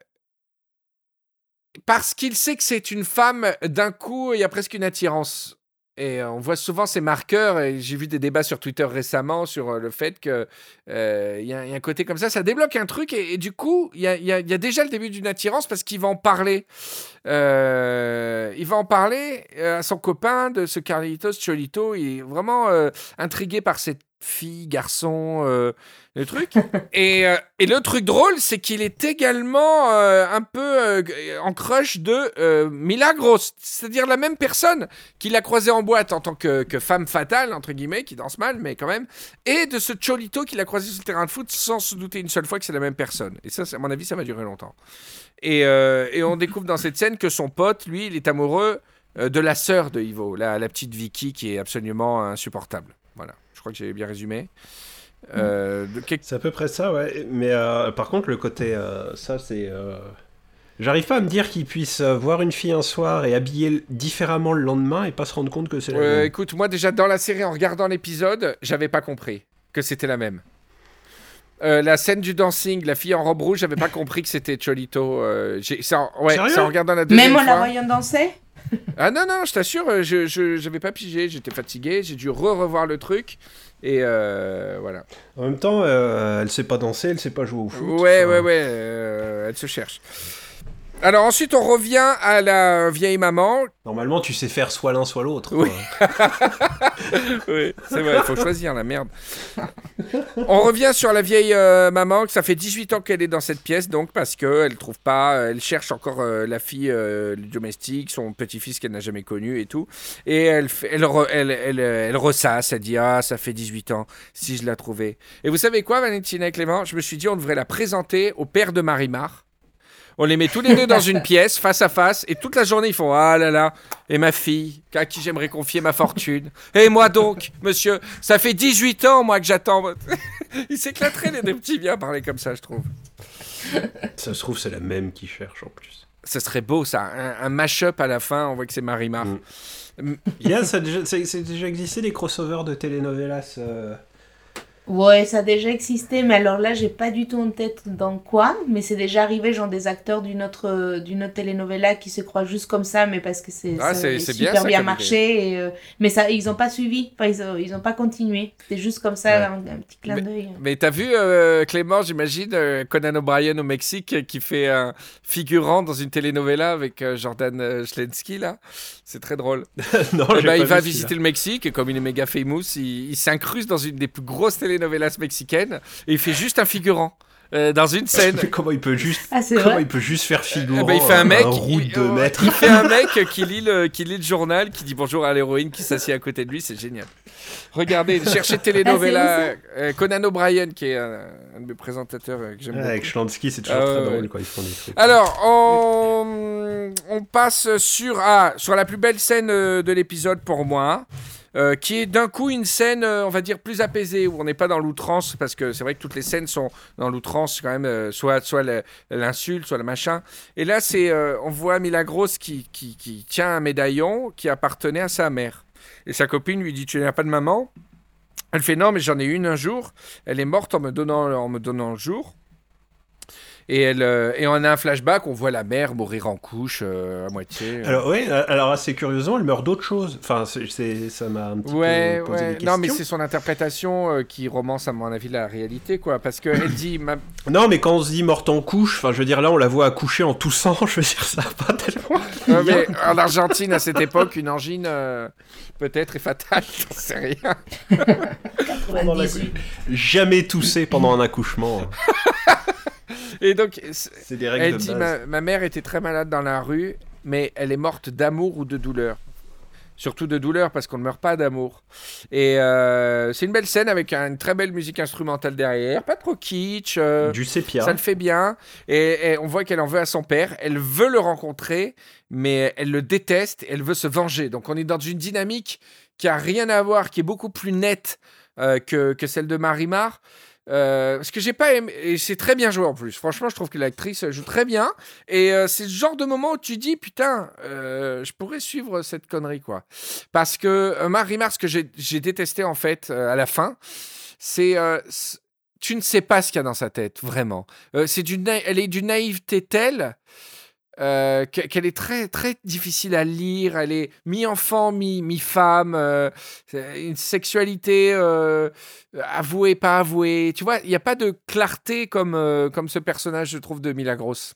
Parce qu'il sait que c'est une femme, d'un coup, il y a presque une attirance. Et on voit souvent ces marqueurs, et j'ai vu des débats sur Twitter récemment sur le fait qu'il euh, y, y a un côté comme ça, ça débloque un truc, et, et du coup, il y a, y, a, y a déjà le début d'une attirance parce qu'il va en parler. Euh, il va en parler à son copain de ce Carlitos Cholito, il est vraiment euh, intrigué par cette fille, garçon, euh, le truc. Et, euh, et le truc drôle, c'est qu'il est également euh, un peu euh, en crush de euh, Milagros, c'est-à-dire la même personne qu'il a croisé en boîte en tant que, que femme fatale, entre guillemets, qui danse mal, mais quand même, et de ce Cholito qu'il a croisé sur le terrain de foot sans se douter une seule fois que c'est la même personne. Et ça, à mon avis, ça va durer longtemps. Et, euh, et on découvre dans cette scène que son pote, lui, il est amoureux euh, de la sœur de Ivo, la, la petite Vicky, qui est absolument insupportable. Voilà, je crois que j'ai bien résumé. Euh, de... C'est à peu près ça, ouais. Mais euh, par contre, le côté... Euh, ça, c'est... Euh... J'arrive pas à me dire qu'il puisse voir une fille un soir et habiller différemment le lendemain et pas se rendre compte que c'est la euh, même. Écoute, moi déjà, dans la série, en regardant l'épisode, j'avais pas compris que c'était la même. Euh, la scène du dancing, la fille en robe rouge, j'avais pas compris que c'était Cholito. Euh, j'ai... C'est, en... Ouais, c'est en regardant la deuxième fois. Même en fois. la voyant danser. Ah non, non, je t'assure, je, je, j'avais pas pigé, j'étais fatigué, j'ai dû re-revoir le truc, et euh, voilà. En même temps, euh, elle sait pas danser, elle sait pas jouer au foot. Ouais, enfin... ouais, ouais, euh, elle se cherche. Alors ensuite, on revient à la vieille maman. Normalement, tu sais faire soit l'un, soit l'autre. Oui, oui, c'est vrai, il faut choisir, la merde. On revient sur la vieille euh, maman, que ça fait dix-huit ans qu'elle est dans cette pièce, donc, parce qu'elle trouve pas, elle cherche encore euh, la fille euh, domestique, son petit-fils qu'elle n'a jamais connu et tout. Et elle, elle, elle, elle, elle ressasse, elle dit « Ah, ça fait dix-huit ans, si je la trouvais. » Et vous savez quoi, Valentina et Clément ? Je me suis dit, on devrait la présenter au père de Marimar. On les met tous les deux dans une pièce, face à face, et toute la journée, ils font « Ah là là, et ma fille, à qui j'aimerais confier ma fortune. Et moi donc, monsieur, ça fait dix-huit ans, moi, que j'attends. » Ils s'éclateraient, les deux petits, bien parler comme ça, je trouve. Ça se trouve, c'est la même qui cherche, en plus. Ce serait beau, ça. Un, un mash-up à la fin, on voit que c'est Marimar. Mm. Yeah, ça a déjà, c'est, c'est déjà existé, des crossovers de telenovelas euh... Ouais, ça a déjà existé, mais alors là, j'ai pas du tout en tête dans quoi, mais c'est déjà arrivé, genre des acteurs d'une autre, d'une autre telenovela qui se croient juste comme ça, mais parce que c'est, ah, ça c'est, avait c'est super bien, ça, bien marché, et, euh, mais ça, ils ont pas suivi, enfin, ils, ont, ils ont pas continué, c'était juste comme ça, ouais. un, un petit clin mais, d'œil. Mais t'as vu, euh, Clément, j'imagine, euh, Conan O'Brien au Mexique, euh, qui fait un figurant dans une telenovela avec euh, Jordan euh, Schlensky, là. C'est très drôle. Non, eh j'ai ben, pas il va vu visiter celui-là. le Mexique, et comme il est méga famous, il, il s'incruste dans une des plus grosses telenovelas mexicaines, et il fait juste un figurant. Euh, dans une scène. comment il peut juste, ah, c'est comment vrai il peut juste faire figurant eh ben, il fait un mec, un route il, de euh, mètres. il fait un mec qui lit le, qui lit le journal, qui dit bonjour à l'héroïne, qui s'assied à côté de lui, c'est génial. Regardez, cherchez telenovela, ah, euh, Conan O'Brien, qui est un, un de mes présentateurs euh, que j'aime Ouais, beaucoup. avec Schlansky, c'est toujours Ah, très ouais, drôle ouais. quand ils font des trucs. Alors, on, on passe sur, ah, sur la plus belle scène euh, de l'épisode pour moi. Euh, qui est d'un coup une scène, euh, on va dire, plus apaisée, où on n'est pas dans l'outrance, parce que c'est vrai que toutes les scènes sont dans l'outrance, quand même, euh, soit, soit le, l'insulte, soit le machin. Et là, c'est, euh, on voit Milagros qui, qui, qui tient un médaillon qui appartenait à sa mère. Et sa copine lui dit « Tu n'as pas de maman ?» Elle fait « Non, mais j'en ai une un jour. Elle est morte en me donnant, en me donnant le jour. » Et, elle, euh, et on a un flashback, on voit la mère mourir en couche euh, à moitié. Alors oui, alors assez curieusement, elle meurt d'autre chose. Enfin, c'est, c'est, ça m'a un petit ouais, peu posé ouais. des questions. Non, mais c'est son interprétation euh, qui romance, à mon avis, la réalité, quoi. Parce qu'elle dit... Ma... Non, mais quand on se dit morte en couche, enfin, je veux dire, là, on la voit accoucher en toussant, je veux dire, ça va pas tellement... Ouais, mais en Argentine, à cette époque, une angine, euh, peut-être, est fatale, j'en sais rien. quatre-vingt-dix-huit Jamais tousser pendant un accouchement. Et donc, c'est des règles elle de dit base. ma, ma mère était très malade dans la rue, mais elle est morte d'amour ou de douleur. surtout de douleur parce qu'on ne meurt pas d'amour. Et euh, c'est une belle scène avec une très belle musique instrumentale derrière, pas trop kitsch. Euh, du sépia. Ça le fait bien. Et, et on voit qu'elle en veut à son père. Elle veut le rencontrer, mais elle le déteste. Elle veut se venger. Donc on est dans une dynamique qui a rien à voir, qui est beaucoup plus nette euh, que, que celle de Marimar. Euh, parce que j'ai pas aimé, et c'est très bien joué en plus. Franchement, je trouve que l'actrice joue très bien. Et euh, c'est le genre de moment où tu dis putain, euh, je pourrais suivre cette connerie quoi. Parce que euh, Marimar, ce que j'ai, j'ai détesté en fait euh, à la fin, c'est, euh, c'est tu ne sais pas ce qu'il y a dans sa tête vraiment. Euh, c'est d'une, na- elle est d'une naïveté telle. Euh, qu'elle est très, très difficile à lire. Elle est mi-enfant, mi- mi-femme. Euh, une sexualité euh, avouée, pas avouée. Tu vois, il n'y a pas de clarté comme, euh, comme ce personnage, je trouve, de Milagros.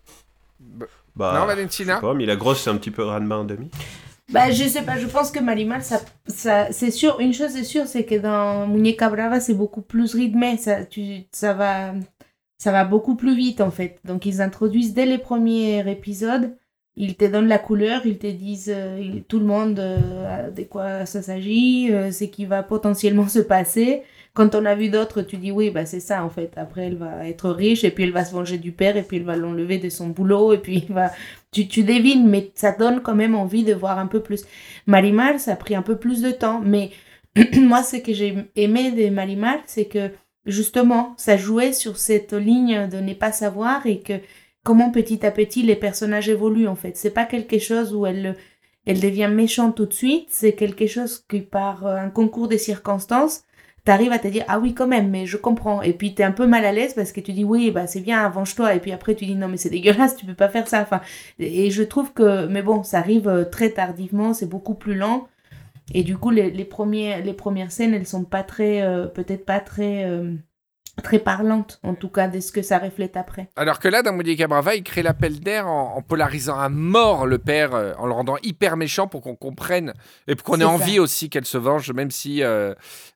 Bah, non, Valentina ? Je sais pas, Milagros, c'est un petit peu Ranma en demi. Bah, je sais pas, je pense que Marimar, ça, ça, c'est sûr, une chose est sûre, c'est que dans Muñeca Brava, c'est beaucoup plus rythmé. Ça, tu, ça va... Ça va beaucoup plus vite, en fait. Donc, ils introduisent dès les premiers épisodes. Ils te donnent la couleur, ils te disent euh, tout le monde euh, de quoi ça s'agit, euh, ce qui va potentiellement se passer. Quand on a vu d'autres, tu dis oui, bah, c'est ça, en fait. Après, elle va être riche, et puis elle va se venger du père, et puis elle va l'enlever de son boulot, et puis il va... tu, tu devines, mais ça donne quand même envie de voir un peu plus. Marimar, ça a pris un peu plus de temps, mais moi, ce que j'ai aimé de Marimar, c'est que justement, ça jouait sur cette ligne de ne pas savoir et que comment petit à petit les personnages évoluent en fait. C'est pas quelque chose où elle, elle devient méchante tout de suite, c'est quelque chose qui par un concours de circonstances, t'arrives à te dire ah oui quand même, mais je comprends. Et puis t'es un peu mal à l'aise parce que tu dis oui bah c'est bien, venge-toi. Et puis après tu dis non mais c'est dégueulasse, tu peux pas faire ça. Enfin, et je trouve que, mais bon, ça arrive très tardivement, c'est beaucoup plus lent. Et du coup, les, les, premiers, les premières scènes, elles sont pas très, euh, peut-être pas très, euh, très parlantes, en tout cas, de ce que ça reflète après. Alors que là, dans Muñeca Brava, il crée l'appel d'air en, en polarisant à mort le père, euh, en le rendant hyper méchant pour qu'on comprenne et pour qu'on C'est ait envie ça. aussi qu'elle se venge, même si euh,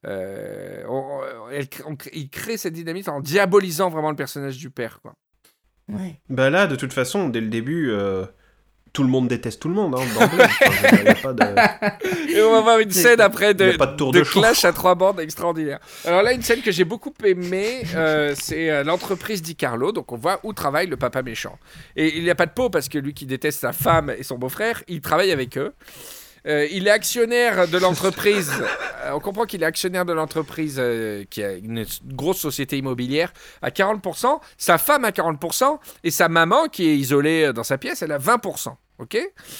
euh, on, elle, on, il crée cette dynamique en diabolisant vraiment le personnage du père, quoi. Ouais. Bah là, de toute façon, dès le début... Euh... Tout le monde déteste tout le monde, hein, d'emblée. Enfin, y a pas de... Et on va voir une scène après de, y a pas de tour de, de clash à trois bandes extraordinaire. Alors là, une scène que j'ai beaucoup aimée, euh, c'est euh, l'entreprise Di Carlo. Donc on voit où travaille le papa méchant. Et il n'y a pas de peau parce que lui qui déteste sa femme et son beau-frère, il travaille avec eux. Euh, il est actionnaire de l'entreprise. euh, on comprend qu'il est actionnaire de l'entreprise euh, qui a une grosse société immobilière à quarante pour cent. Sa femme a quarante pour cent et sa maman qui est isolée dans sa pièce, elle a vingt pour cent. Ok ?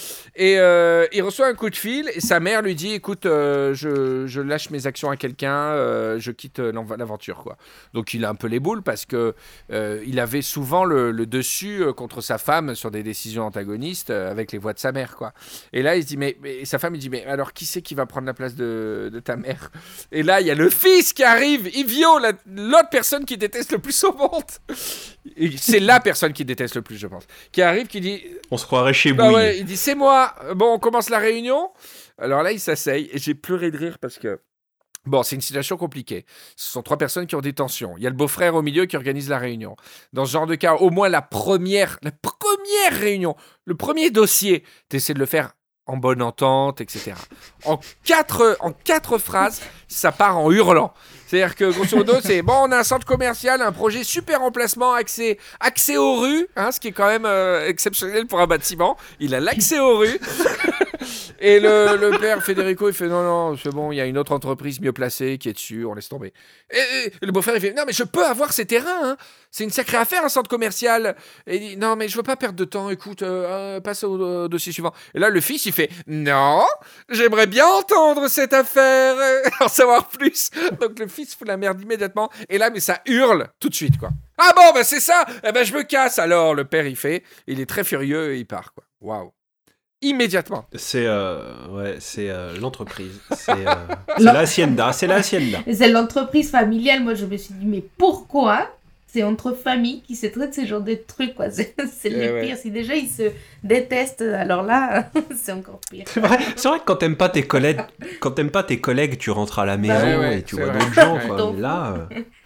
Et euh, il reçoit un coup de fil et sa mère lui dit écoute, euh, je, je lâche mes actions à quelqu'un, euh, je quitte euh, l'aventure, quoi. Donc il a un peu les boules parce que euh, il avait souvent le, le dessus euh, contre sa femme sur des décisions antagonistes euh, avec les voix de sa mère, quoi. Et là il se dit mais, mais sa femme il dit mais alors qui c'est qui va prendre la place de, de ta mère ? Et là il y a le fils qui arrive, Ivio, la, l'autre personne qui déteste le plus au monde. Et c'est la personne qui déteste le plus, je pense, qui arrive, qui dit on se croirait chez bah Bouille. ouais, il dit c'est moi. Bon, on commence la réunion. Alors là, il s'asseye et j'ai pleuré de rire parce que bon, c'est une situation compliquée. Ce sont trois personnes qui ont des tensions. Il y a le beau-frère au milieu qui organise la réunion. Dans ce genre de cas, au moins la première, la première réunion, le premier dossier, tu essaies de le faire en bonne entente, et cetera. En quatre, en quatre phrases, ça part en hurlant. C'est-à-dire que, grosso modo, c'est bon, on a un centre commercial, un projet super emplacement, accès, accès aux rues, hein, ce qui est quand même euh, exceptionnel pour un bâtiment. Il a l'accès aux rues. Et le, le père Federico, il fait non, non, c'est bon, il y a une autre entreprise mieux placée qui est dessus, on laisse tomber. Et, et le beau-frère, il fait non, mais je peux avoir ces terrains, hein. C'est une sacrée affaire, un centre commercial. Et il dit non, mais je veux pas perdre de temps, écoute, euh, euh, passe au euh, dossier suivant. Et là, le fils, il fait non, j'aimerais bien entendre cette affaire, euh, en savoir plus. Donc le fils fout la merde immédiatement. Et là, mais ça hurle tout de suite, quoi. Ah bon, bah c'est ça, eh ben je me casse. Alors le père, il fait, il est très furieux et il part, quoi. Waouh. Immédiatement. C'est, euh, ouais, c'est euh, l'entreprise. C'est, euh, c'est l'hacienda. C'est l'hacienda. C'est l'entreprise familiale. Moi, je me suis dit, mais pourquoi c'est entre familles qui se traitent ce genre de trucs, quoi. C'est, c'est Eh le ouais. pire. Si déjà ils se détestent, alors là, c'est encore pire. C'est vrai, c'est vrai que quand t'aimes pas tes collègues, quand t'aimes pas tes collègues, tu rentres à la maison ouais, ouais, et tu c'est vois vrai. d'autres gens, Ouais. quoi. Donc, Mais là, euh,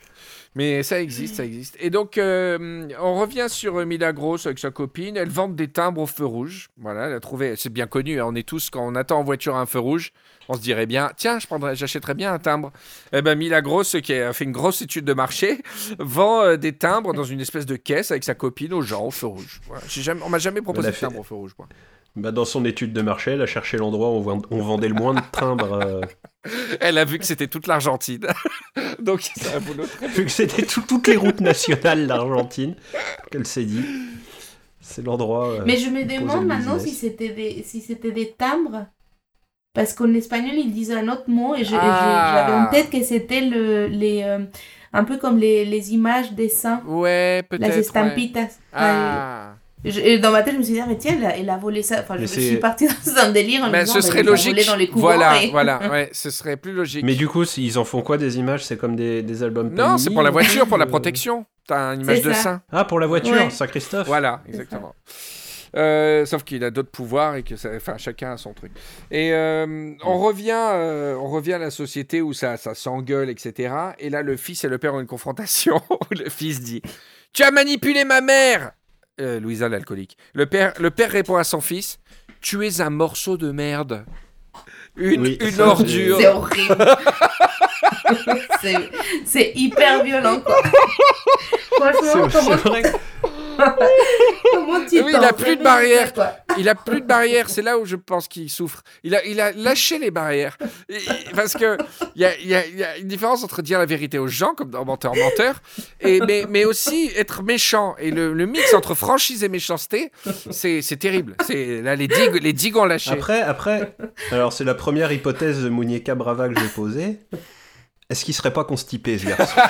Mais ça existe, ça existe. Et donc, euh, on revient sur Milagros avec sa copine. Elle vend des timbres au feu rouge. Voilà, elle a trouvé, c'est bien connu. Hein, on est tous, quand on attend en voiture un feu rouge, on se dirait bien, tiens, je prendrais, j'achèterais bien un timbre. Eh ben, Milagros, qui a fait une grosse étude de marché, vend euh, des timbres dans une espèce de caisse avec sa copine aux gens au feu rouge. Voilà. J'ai jamais, on m'a jamais proposé de fait... timbre au feu rouge. Quoi. Bah, dans son étude de marché, elle a cherché l'endroit où on, on vendait le moins de timbres. Euh... Elle a vu que c'était toute l'Argentine. Donc, c'est un boulot très Vu que c'était tout, toutes les routes nationales d'Argentine, qu'elle s'est dit, c'est l'endroit. Euh, Mais je me demande maintenant si c'était, des, si c'était des timbres. Parce qu'en espagnol, ils disent un autre mot. Et je, ah. je, j'avais en tête que c'était le, les, euh, un peu comme les, les images des saints. Ouais, peut-être. Les estampitas. Ouais. Ah. Je, et dans ma tête, je me suis dit, ah, mais tiens, elle a, elle a volé ça. Enfin, je, je suis partie dans un délire. En mais me disant, ce serait bah, logique. Dans les courants, voilà, et... voilà, ouais, ce serait plus logique. Mais du coup, ils en font quoi des images? C'est comme des, des albums Non, Panini, c'est pour la voiture, pour la euh... protection. T'as une image c'est de ça. saint. Ah, pour la voiture, ouais. Saint-Christophe. Voilà, exactement. Euh, sauf qu'il a d'autres pouvoirs et que ça, enfin, chacun a son truc. Et euh, on revient, euh, on revient à la société où ça, ça s'engueule, et cetera. Et là, le fils et le père ont une confrontation où le fils dit « Tu as manipulé ma mère !» euh, Louisa, l'alcoolique. Le père, le père répond à son fils « Tu es un morceau de merde. Une, oui, une ça, ordure. » C'est horrible. c'est, c'est hyper violent, quoi. Franchement, c'est, comment... c'est vrai. Comment tu oui, il a plus de barrière. Ça, il a plus de barrière. C'est là où je pense qu'il souffre. Il a, il a lâché les barrières. Et, parce que il y a, y, a, y a une différence entre dire la vérité aux gens, comme dans Menteur, Menteur, et mais, mais aussi être méchant. Et le, le mix entre franchise et méchanceté, c'est, c'est terrible. C'est là les digues, les digues ont lâché. Après, après, alors c'est la première hypothèse de Muñeca Brava que je vais poser. Est-ce qu'il serait pas constipé, ce garçon?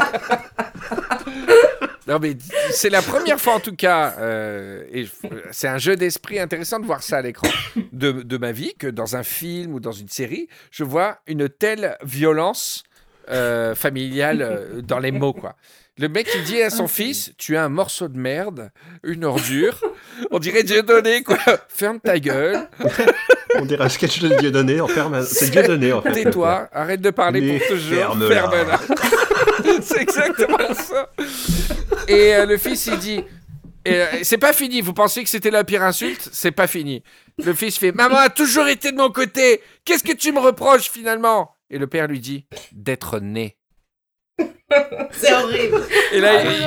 Non, mais c'est la première fois en tout cas, euh, et c'est un jeu d'esprit intéressant de voir ça à l'écran de, de ma vie, que dans un film ou dans une série, je vois une telle violence euh, familiale euh, dans les mots, quoi. Le mec, il dit à son fils, tu es un morceau de merde, une ordure. On dirait Dieudonné, quoi. Ferme ta gueule. On dirait un sketch de Dieudonné en permanence. C'est Dieudonné, en fait. Tais-toi, arrête de parler mais pour toujours. Ferme-la. Ferme-la. C'est exactement ça. Et euh, le fils, il dit, et, euh, c'est pas fini. Vous pensez que c'était la pire insulte? C'est pas fini. Le fils fait, maman a toujours été de mon côté. Qu'est-ce que tu me reproches finalement? Et le père lui dit, d'être né. C'est horrible. Et là, il...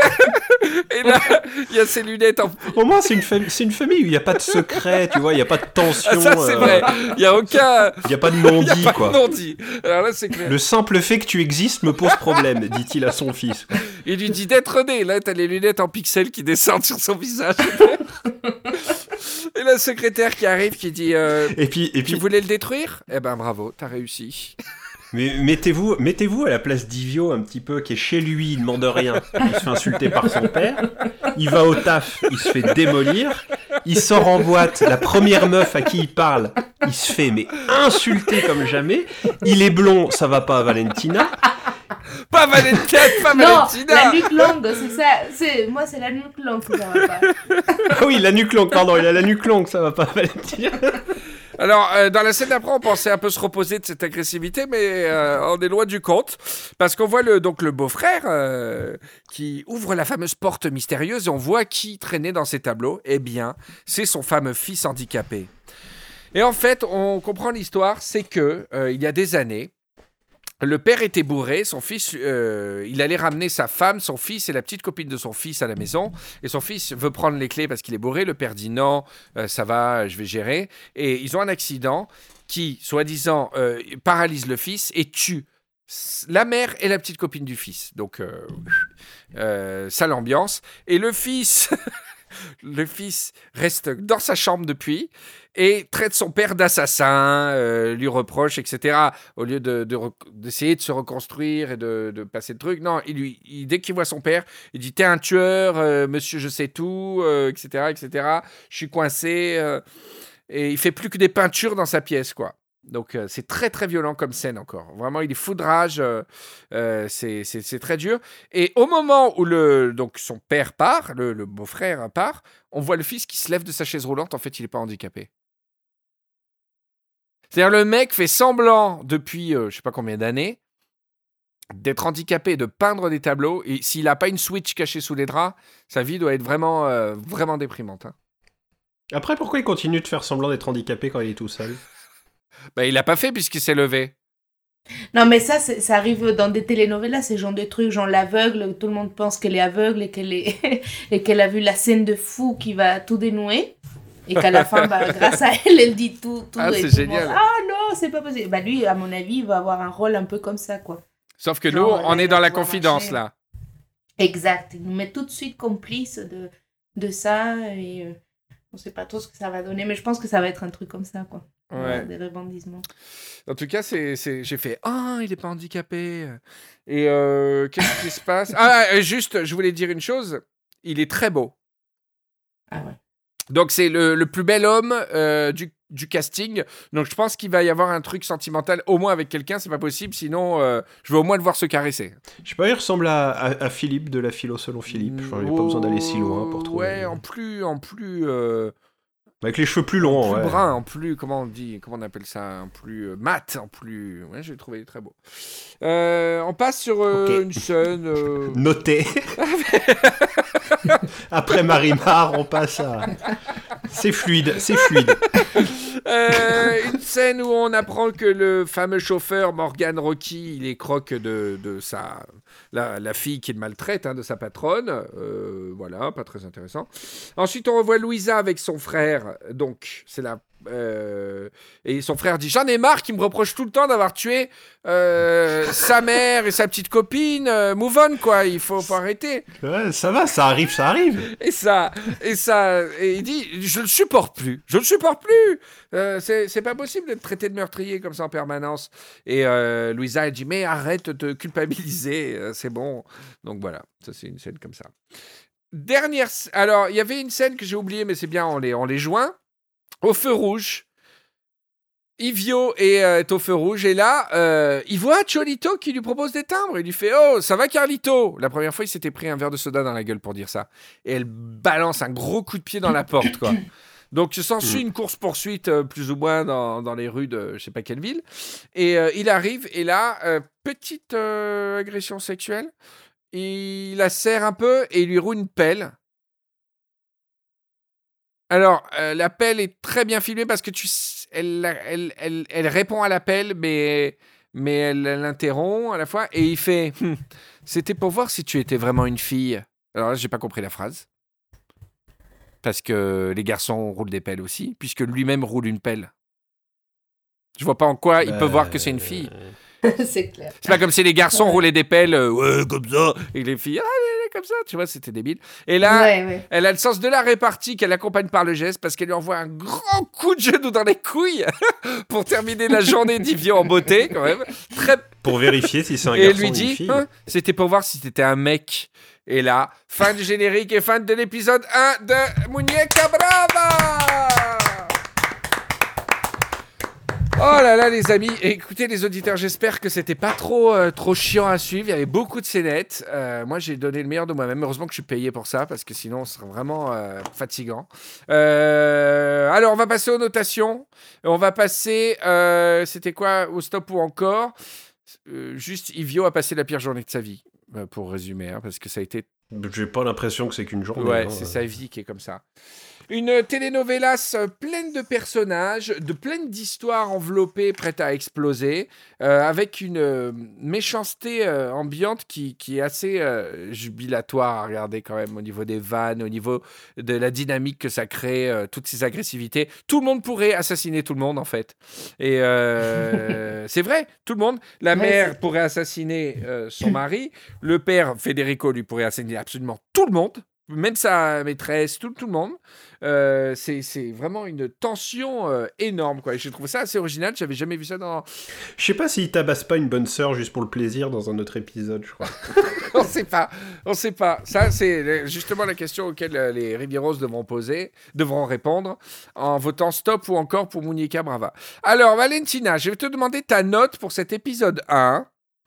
et là, il y a ses lunettes en... Au moins, c'est une, fam... c'est une famille où il n'y a pas de secret, tu vois, il n'y a pas de tension. Ah, ça, c'est euh... vrai. Il n'y a aucun... Il n'y a pas de non-dit, pas quoi. De non-dit. Alors là, c'est clair. Le simple fait que tu existes me pose problème, dit-il à son fils. Il lui dit d'être né. Là, t'as les lunettes en pixels qui descendent sur son visage. Et la secrétaire qui arrive, qui dit euh, et puis, et puis... Tu voulais le détruire? Eh ben, bravo, t'as réussi. Mais mettez-vous, mettez-vous à la place d'Ivio un petit peu, qui est chez lui, il ne demande rien, il se fait insulter par son père, il va au taf, il se fait démolir, il sort en boîte, la première meuf à qui il parle, il se fait mais insulter comme jamais, il est blond, ça va pas à Valentina. Pas Valentina, pas non, Valentina. La nuque longue, c'est ça. C'est... Moi, c'est la nuque longue que ça va pas. Ah oui, la nuque longue, pardon, il a la nuque longue, ça va pas à Valentina. Alors, euh, dans la scène d'après, on pensait un peu se reposer de cette agressivité, mais euh, on est loin du compte, parce qu'on voit le, donc le beau-frère euh, qui ouvre la fameuse porte mystérieuse et on voit qui traînait dans ses tableaux. Eh bien, c'est son fameux fils handicapé. Et en fait, on comprend l'histoire, c'est que euh, il y a des années, le père était bourré, son fils, euh, il allait ramener sa femme, son fils et la petite copine de son fils à la maison. Et son fils veut prendre les clés parce qu'il est bourré. Le père dit non, euh, ça va, je vais gérer. Et ils ont un accident qui, soi-disant, euh, paralyse le fils et tue la mère et la petite copine du fils. Donc, euh, euh, ça l'ambiance. Et le fils... Le fils reste dans sa chambre depuis et traite son père d'assassin, euh, lui reproche, et cetera. Au lieu de, de, d'essayer de se reconstruire et de, de passer le truc, non, il lui, il, dès qu'il voit son père, il dit « T'es un tueur, euh, monsieur je sais tout, euh, et cetera, et cetera. Je suis coincé. Euh, » et il fait plus que des peintures dans sa pièce, quoi. Donc, euh, c'est très, très violent comme scène encore. Vraiment, il est foudrage. Euh, euh, c'est, c'est, c'est très dur. Et au moment où le, donc son père part, le, le beau-frère part, on voit le fils qui se lève de sa chaise roulante. En fait, il n'est pas handicapé. C'est-à-dire, le mec fait semblant depuis euh, je ne sais pas combien d'années d'être handicapé, de peindre des tableaux, et s'il n'a pas une Switch cachée sous les draps, sa vie doit être vraiment, euh, vraiment déprimante. Hein. Après, pourquoi il continue de faire semblant d'être handicapé quand il est tout seul ? Bah, il l'a pas fait puisqu'il s'est levé. Non, mais ça, c'est- ça arrive dans des telenovelas, ces genres de trucs, genre l'aveugle, tout le monde pense qu'elle est aveugle et qu'elle est... et qu'elle a vu la scène de fou qui va tout dénouer. Et qu'à la fin, bah, grâce à elle, elle dit tout. tout Ah, et c'est tout le génial. monde, ah non, c'est pas possible. Bah, lui, à mon avis, il va avoir un rôle un peu comme ça, quoi. Sauf que Genre, nous, on là, est il dans va la pouvoir confidence, marcher. là. Exact. Il nous met tout de suite complice de, de ça. Et euh, on sait pas trop ce que ça va donner, mais je pense que ça va être un truc comme ça, quoi. Ouais. Des rebondissements. En tout cas, c'est, c'est... j'ai fait « Ah, il est pas handicapé !» Et euh, qu'est-ce qui se passe ? Ah, euh, juste, je voulais dire une chose. Il est très beau. Ah ouais. Donc, c'est le, le plus bel homme euh, du, du casting. Donc, je pense qu'il va y avoir un truc sentimental, au moins avec quelqu'un. C'est pas possible. Sinon, euh, je veux au moins le voir se caresser. Je sais pas, il ressemble à, à, à Philippe de la philo selon Philippe. Enfin, il n'y a pas besoin d'aller si loin pour trouver. Ouais, en plus... En plus euh, Avec les cheveux plus longs, en plus ouais. brun, en plus, comment on dit, comment on appelle ça, en plus euh, mat, en plus, ouais, je l'ai trouvé très beau. Euh, on passe sur euh, Ok. une scène. euh, Noté. Après Marimar, on passe à... C'est fluide, c'est fluide. euh, une scène où on apprend que le fameux chauffeur Morgan Rocky, il est croque de, de sa la, la fille qui le maltraite, hein, de sa patronne. Euh, voilà, pas très intéressant. Ensuite, on revoit Louisa avec son frère. Donc, c'est la Euh, et son frère dit j'en ai marre qu'il me reproche tout le temps d'avoir tué euh, sa mère et sa petite copine, euh, move on quoi, il faut, faut arrêter. Ouais, ça va, ça arrive, ça arrive. Et ça, et ça, et il dit je le supporte plus, je le supporte plus. Euh, c'est, c'est pas possible d'être traité de meurtrier comme ça en permanence. Et euh, Louisa elle dit mais arrête de te culpabiliser, euh, c'est bon. Donc voilà, ça c'est une scène comme ça. Dernière, alors il y avait une scène que j'ai oubliée mais c'est bien, on les, on les joint. Au feu rouge, Ivio est, euh, est au feu rouge et là, euh, il voit Cholito qui lui propose des timbres. Il lui fait « Oh, ça va Carlito ?» La première fois, il s'était pris un verre de soda dans la gueule pour dire ça. Et elle balance un gros coup de pied dans la porte, quoi. Donc, s'ensuit une course-poursuite, euh, plus ou moins, dans, dans les rues de je sais pas quelle ville. Et euh, il arrive, et là, euh, petite euh, agression sexuelle. Il la serre un peu et il lui roule une pelle. Alors, euh, l'appel est très bien filmé parce que tu, elle, elle, elle, elle répond à l'appel, mais, mais elle l'interrompt à la fois. Et il fait hm, « C'était pour voir si tu étais vraiment une fille. » Alors là, j'ai pas compris la phrase. Parce que les garçons roulent des pelles aussi, puisque lui-même roule une pelle. Je vois pas en quoi il peut voir que c'est une fille. C'est clair. C'est pas comme si les garçons ouais. roulaient des pelles, euh, ouais, comme ça, et les filles, ah, comme ça, tu vois, c'était débile. Et là, ouais, ouais. elle a le sens de la répartie qu'elle accompagne par le geste parce qu'elle lui envoie un grand coup de genou dans les couilles pour terminer la journée d'Ivio en beauté, quand même. Très... Pour vérifier si c'est un et garçon lui ou une dit, fille. hein, c'était pour voir si t'étais un mec. Et là, fin du générique et fin de l'épisode un de Muñeca Brava. Oh là là les amis, écoutez les auditeurs, j'espère que c'était pas trop euh, trop chiant à suivre, il y avait beaucoup de scénettes, euh, moi j'ai donné le meilleur de moi-même, heureusement que je suis payé pour ça, parce que sinon ce serait vraiment euh, fatigant. Euh, alors on va passer aux notations, on va passer, euh, c'était quoi, au stop ou encore, euh, juste Ivio a passé la pire journée de sa vie, euh, pour résumer, hein, parce que ça a été... J'ai pas l'impression que c'est qu'une journée. Ouais, hein, c'est euh. sa vie qui est comme ça. Une telenovelas pleine de personnages, de pleine d'histoires enveloppées, prêtes à exploser, euh, avec une euh, méchanceté euh, ambiante qui, qui est assez euh, jubilatoire à regarder quand même, au niveau des vannes, au niveau de la dynamique que ça crée, euh, toutes ces agressivités. Tout le monde pourrait assassiner tout le monde, en fait. Et euh, c'est vrai, tout le monde. La Ouais, mère c'est... pourrait assassiner euh, son mari. Le père, Federico, lui pourrait assassiner absolument tout le monde. Même sa maîtresse, tout, tout le monde. Euh, c'est, c'est vraiment une tension euh, énorme, quoi. Et j'ai trouvé ça assez original. J'avais jamais vu ça dans... Je sais pas s'il tabasse pas une bonne sœur juste pour le plaisir dans un autre épisode, je crois. On sait pas. On sait pas. Ça, c'est justement la question auquel les Rivieros devront poser, devront répondre en votant stop ou encore pour Muñeca Brava. Alors, Valentina, je vais te demander ta note pour cet épisode un.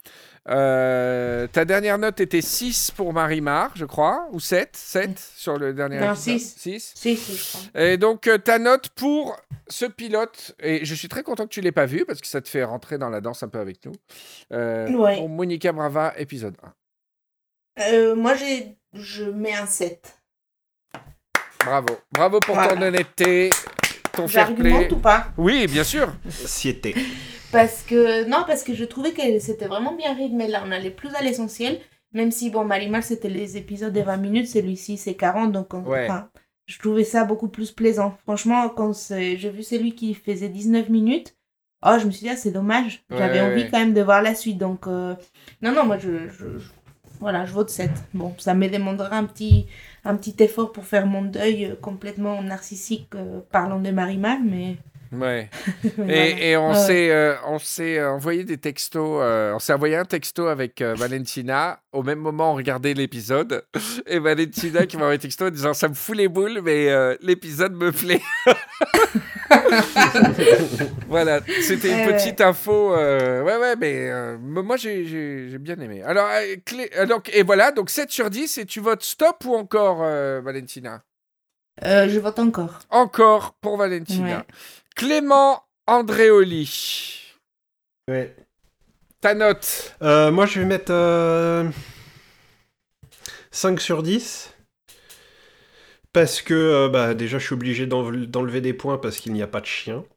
Euh, ta dernière note était six pour Marimar, je crois, ou sept, sept sur le dernier Non, épisode. six. six. Si, si, je crois. Et donc, euh, ta note pour ce pilote, et je suis très content que tu ne l'aies pas vu, parce que ça te fait rentrer dans la danse un peu avec nous, euh, Ouais. pour Monica Brava, épisode un. Euh, moi, j'ai... je mets un sept. Bravo. Bravo pour Voilà. ton honnêteté, ton fair play. J'argumente ou pas? Oui, bien sûr. Siété. Parce que, non, parce que je trouvais que c'était vraiment bien rythmé. Là, on allait plus à l'essentiel. Même si, bon, Marimar, c'était les épisodes de vingt minutes, celui-ci, c'est quarante. Donc, on, Ouais. enfin, je trouvais ça beaucoup plus plaisant. Franchement, quand c'est, j'ai vu celui qui faisait dix-neuf minutes, oh, je me suis dit, ah, c'est dommage. Ouais, J'avais ouais, envie ouais. quand même de voir la suite. Donc, euh, non, non, moi, je, je, je- voilà, je vote sept. Bon, ça me demandera un petit, un petit effort pour faire mon deuil euh, complètement narcissique euh, parlant de Marimar, mais... Ouais. Voilà. Et, et on Ouais. s'est euh, on s'est euh, envoyé des textos. euh, on s'est envoyé un texto avec euh, Valentina. Au même moment, on regardait l'épisode. Et Valentina qui m'a envoyé un texto en disant ça me fout les boules, mais euh, l'épisode me plaît. Voilà, c'était une Ouais, petite info. euh, ouais, ouais, mais euh, moi j'ai, j'ai, j'ai bien aimé. Alors, euh, clé- euh, donc, et voilà, donc sept sur dix. Et tu votes stop ou encore, euh, Valentina? Euh, je vote encore. Encore pour Valentina. Ouais. Clément Andréoli. Ouais. Ta note? Euh, moi, je vais mettre euh, cinq sur dix. Parce que, euh, bah, déjà, je suis obligé d'enle- d'enlever des points parce qu'il n'y a pas de chien.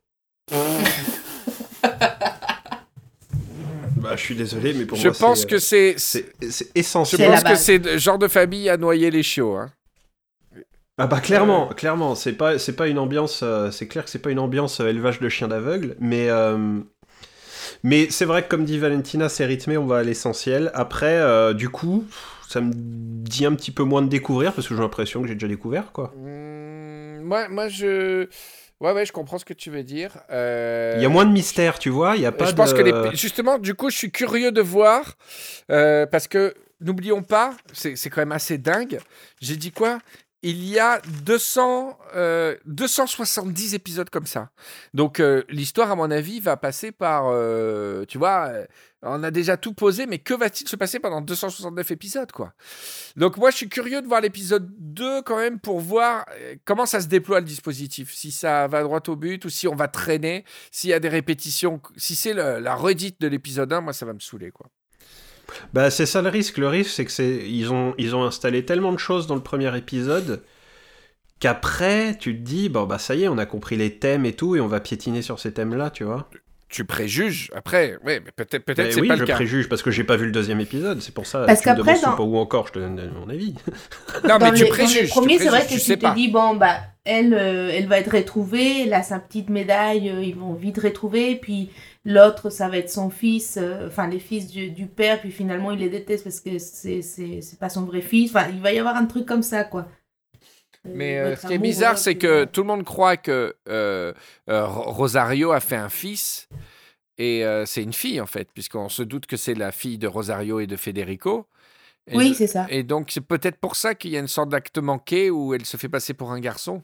Bah, je suis désolé, mais pour Je moi, pense c'est, que c'est. c'est, c'est Je essentiel. C'est pense la que base. c'est le genre de famille à noyer les chiots. Hein. Ah bah clairement, clairement, c'est pas, c'est pas une ambiance, euh, c'est clair que c'est pas une ambiance euh, élevage de chiens d'aveugle, mais euh, mais c'est vrai que comme dit Valentina, c'est rythmé, on va à l'essentiel. Après, euh, du coup, ça me dit un petit peu moins de découvrir parce que j'ai l'impression que j'ai déjà découvert quoi. Mmh, moi, moi, je. Ouais, ouais, je comprends ce que tu veux dire. Euh, Il y a moins de mystère, tu vois, il y a pas je de. pense que les... justement, du coup, je suis curieux de voir euh, parce que n'oublions pas, c'est, c'est quand même assez dingue. J'ai dit quoi? Il y a deux cents, euh, deux cent soixante-dix épisodes comme ça. Donc, euh, l'histoire, à mon avis, va passer par... euh, tu vois, euh, on a déjà tout posé, mais que va-t-il se passer pendant deux cent soixante-neuf épisodes, quoi? Donc, moi, je suis curieux de voir l'épisode deux, quand même, pour voir euh, comment ça se déploie, le dispositif. Si ça va droit au but ou si on va traîner, s'il y a des répétitions. Si c'est le- la redite de l'épisode un, moi, ça va me saouler, quoi. Bah c'est ça le risque. Le risque, c'est que c'est ils ont ils ont installé tellement de choses dans le premier épisode qu'après tu te dis bon bah ça y est, on a compris les thèmes et tout et on va piétiner sur ces thèmes-là, tu vois. Tu préjuges, après, ouais, mais peut-être, peut-être Mais c'est oui, pas je le cas. préjuge parce que j'ai pas vu le deuxième épisode, c'est pour ça. Parce tu me qu'après, demandes dans- pas où encore, je te donne mon avis. Non, mais Dans tu les- préjuges. Dans les tu premiers, c'est vrai préjuges, que tu tu sais te pas. dis, bon, bah, elle, euh, elle va être retrouvée, elle a sa petite médaille, euh, ils vont vite retrouver, puis l'autre, ça va être son fils, euh, enfin, les fils du, du père, puis finalement, il les déteste parce que c'est, c'est, c'est pas son vrai fils. Enfin, il va y avoir un truc comme ça, quoi. Euh, Mais il va euh, être ce qui est amoureux, bizarre, c'est puis que voilà. tout le monde croit que euh, euh, Ro- Rosario a fait un fils. Et euh, c'est une fille, en fait, puisqu'on se doute que c'est la fille de Rosario et de Federico. Et Oui, de- c'est ça. Et donc, c'est peut-être pour ça qu'il y a une sorte d'acte manqué où elle se fait passer pour un garçon.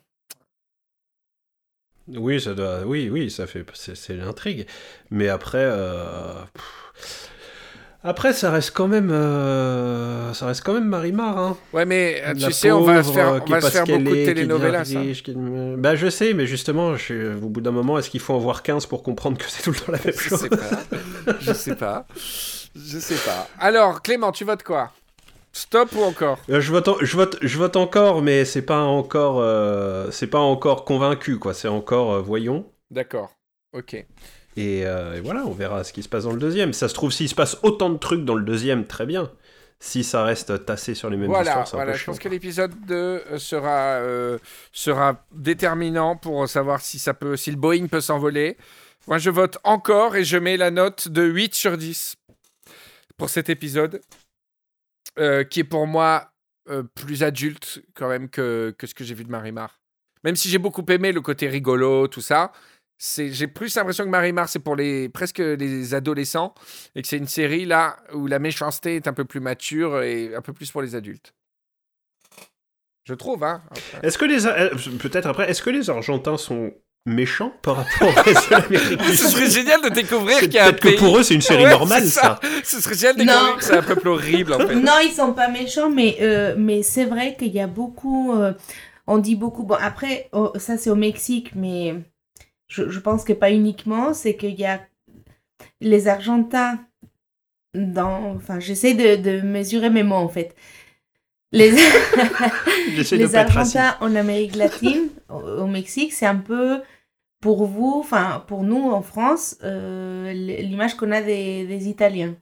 Oui, ça doit. Oui, oui, ça fait. C'est, c'est l'intrigue. Mais après, euh, pff, après, ça reste quand même. euh, Ça reste quand même Marimar, hein. Ouais, mais euh, La tu sais, on va se pauvre, faire, euh, on qui va est se pas faire ce qu'elle beaucoup de est, qui telenovelas, devient hein. riche, qui- Bah, je sais, mais justement, je suis- au bout d'un moment, est-ce qu'il faut en voir quinze pour comprendre que c'est tout le temps la même Je chose? sais pas. Je sais pas. Je sais pas. Alors, Clément, tu votes quoi? Stop ou encore? Euh, je, vote en- je, vote, je vote encore, mais c'est pas encore, euh, c'est pas encore convaincu, quoi. C'est encore euh, voyons. D'accord. Ok. Et, euh, et voilà, on verra ce qui se passe dans le deuxième. Si ça se trouve, s'il se passe autant de trucs dans le deuxième, très bien. Si ça reste tassé sur les mêmes Voilà, histoires, c'est un voilà. peu Je chiant, pense que quoi. l'épisode deux euh, sera, euh, sera déterminant pour savoir si, ça peut, si le Boeing peut s'envoler. Moi, je vote encore et je mets la note de huit sur dix pour cet épisode, euh, qui est pour moi euh, plus adulte quand même que, que ce que j'ai vu de Marimar. Même si j'ai beaucoup aimé le côté rigolo, tout ça, c'est, j'ai plus l'impression que Marimar, c'est pour les, presque les adolescents et que c'est une série là où la méchanceté est un peu plus mature et un peu plus pour les adultes. Je trouve, hein. Est-ce que les... euh, Peut-être après, est-ce que les Argentins sont méchant par rapport au reste de l'Amérique du Sud. Ce serait génial de découvrir C'est qu'il y a un peut-être pays... que pour eux, c'est une série Ouais, normale, c'est ça. Ce serait génial de découvrir Non. que c'est un peuple horrible, en fait. Non, ils sont pas méchants, mais, euh, mais c'est vrai qu'il y a beaucoup... euh, on dit beaucoup... Bon, après, oh, ça c'est au Mexique, mais je, je pense que pas uniquement. C'est qu'il y a les Argentins dans... Enfin, j'essaie de, de mesurer mes mots, en fait. Les, J'essaie de les pas être raciste. Argentins en Amérique latine, au, au Mexique, c'est un peu... Pour vous, enfin, pour nous, en France, euh, l'image qu'on a des, des Italiens.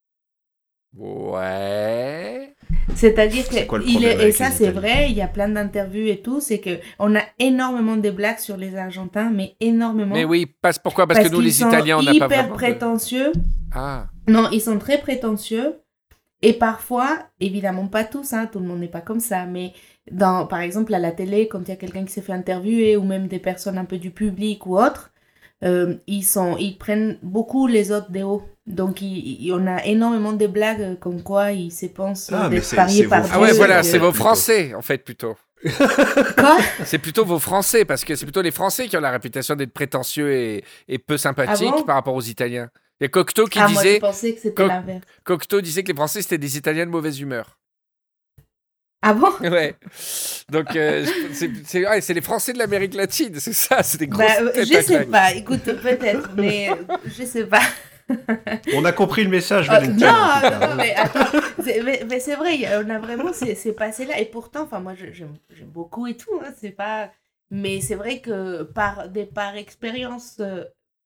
Ouais... C'est-à-dire que, C'est quoi le il problème est, et avec ça les c'est Italiens vrai, il y a plein d'interviews et tout, c'est que on a énormément de blagues sur les Argentins, mais énormément. Mais oui, parce, pourquoi Parce, parce que nous, les qu'ils sont Italiens, on n'a pas hyper vraiment... de- prétentieux. Ah, Non, ils sont très prétentieux. Et parfois, évidemment pas tous, hein, tout le monde n'est pas comme ça, mais dans, par exemple à la télé, quand il y a quelqu'un qui s'est fait interviewer, ou même des personnes un peu du public ou autre, euh, ils, sont, ils prennent beaucoup les autres de haut. Donc il, il, on a énormément de blagues comme quoi ils se pensent Ah, mais d'être c'est- pariés c'est par vos Dieu. ah ouais, voilà, et que- c'est vos Français, en fait, plutôt. Quoi? C'est plutôt vos Français, parce que c'est plutôt les Français qui ont la réputation d'être prétentieux et, et peu sympathiques Ah bon par rapport aux Italiens. Il y a Cocteau qui Ah, moi je disait... pensais que c'était Co- l'inverse. Cocteau disait que les Français, c'était des Italiens de mauvaise humeur. Ah bon? Ouais. Donc, euh, je- c'est, c'est, ouais, c'est les Français de l'Amérique latine, c'est ça, c'est des grosses Bah, euh, têtes je à sais claque. pas, écoute, peut-être, mais euh, je sais pas. On a compris le message, Euh, Valentina. non, non, mais attends, c'est, mais, mais c'est vrai, on a vraiment ces, ces passés-là, et pourtant, enfin, moi, je- j'aime, j'aime beaucoup et tout, hein, c'est pas... Mais c'est vrai que par, des, par expérience euh,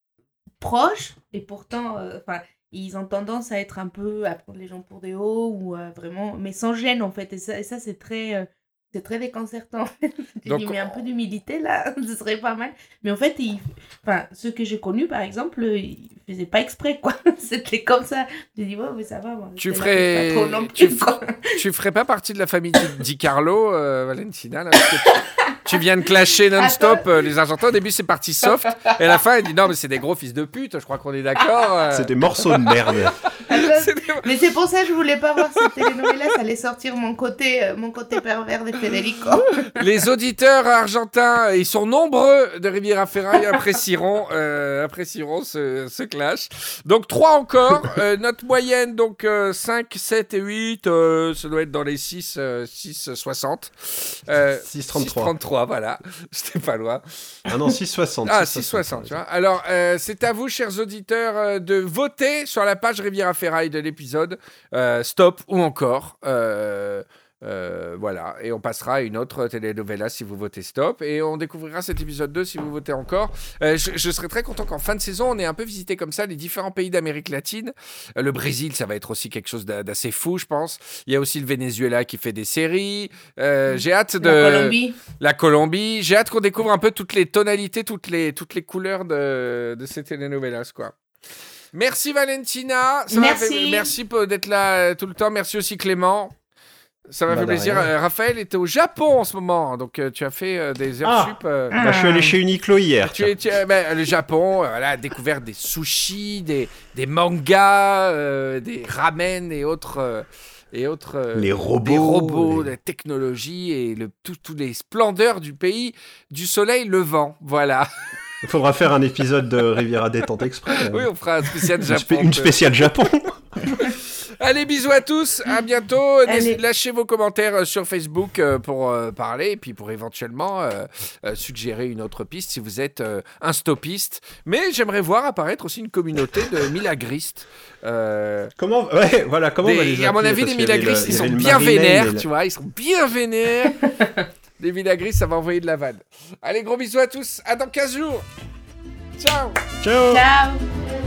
proche, et pourtant, euh, enfin, ils ont tendance à être un peu, à prendre les gens pour des hauts, ou à vraiment... Mais sans gêne, en fait, et ça, et ça c'est très... euh, c'est très déconcertant. Tu Donc, dis, mais un peu d'humilité, là, ce serait pas mal. Mais en fait, ils... enfin, ceux que j'ai connus, par exemple, ils faisaient pas exprès, quoi. C'était comme ça. J'ai dit, ouais, mais ça va, moi. Tu j'étais là, ferais- pas trop non tu plus, f- quoi. Tu ferais pas partie de la famille Di, Di Carlo, euh, Valentina, là, parce que tu, tu viens de clasher non-stop Attends. euh, les Argentins. Au début, c'est parti soft, et à la fin, elle dit non, mais c'est des gros fils de pute, je crois qu'on est d'accord. euh. C'est des morceaux de merde. Attends, C'est des- mais c'est pour ça que je voulais pas voir cette télénovela, ça allait sortir mon côté, euh, mon côté pervers de Federico. Les auditeurs argentins, ils sont nombreux de Riviera Ferraille, apprécieront, euh, apprécieront ce, ce clash. Donc trois encore, euh, notre moyenne donc euh, cinq, sept et huit, euh, ça doit être dans les six, euh, six soixante. Euh, six trente-trois. six trente-trois, voilà, c'était pas loin. Ah non, six soixante. Ah, six soixante, tu vois. Alors, euh, c'est à vous, chers auditeurs, euh, de voter sur la page Riviera Ferraille de l'épisode. Euh, stop ou encore. Euh, euh, voilà. Et on passera à une autre telenovela si vous votez stop. Et on découvrira cet épisode deux si vous votez encore. Euh, je, je serais très content qu'en fin de saison, on ait un peu visité comme ça les différents pays d'Amérique latine. Euh, le Brésil, ça va être aussi quelque chose d'a- d'assez fou, je pense. Il y a aussi le Venezuela qui fait des séries. Euh, j'ai hâte de... La Colombie. La Colombie. J'ai hâte qu'on découvre un peu toutes les tonalités, toutes les, toutes les couleurs de, de ces telenovelas, quoi. Merci Valentina. Ça m'a Merci. fait- merci pour- d'être là euh, tout le temps. Merci aussi Clément. Ça m'a Bah, fait de plaisir. rien. Euh, Raphaël était au Japon en ce moment, donc euh, tu as fait euh, des heures Ah. sup. euh, Ah. Bah, je suis allé chez Uniqlo hier. tu es, tu es- ben, le Japon, euh, voilà, découvert des sushis, des, des mangas, euh, des ramen et autres. euh, et autres euh, Les robots, des robots, les- la technologie et le, tout- tous les splendeurs du pays du soleil levant. Voilà. Il faudra faire un épisode de Riviera Détente Exprès. euh. Oui, on fera un spécial Une Japon. spé- une spéciale Japon. Allez, bisous à tous, à bientôt. Allez. Lâchez vos commentaires euh, sur Facebook euh, pour euh, parler et puis pour éventuellement euh, euh, suggérer une autre piste si vous êtes euh, un stopiste. Mais j'aimerais voir apparaître aussi une communauté de milagristes. Euh, Comment Ouais, voilà. Comment on va les des, à mon appeler, avis, parce des qu'il y avait milagristes, le- il ils y sont avait le bien Marinette et vénères, le- tu vois, ils sont bien vénères. Les milagristes, ça va envoyer de la vanne. Allez, gros bisous à tous, à dans quinze jours. Ciao. Ciao. Ciao.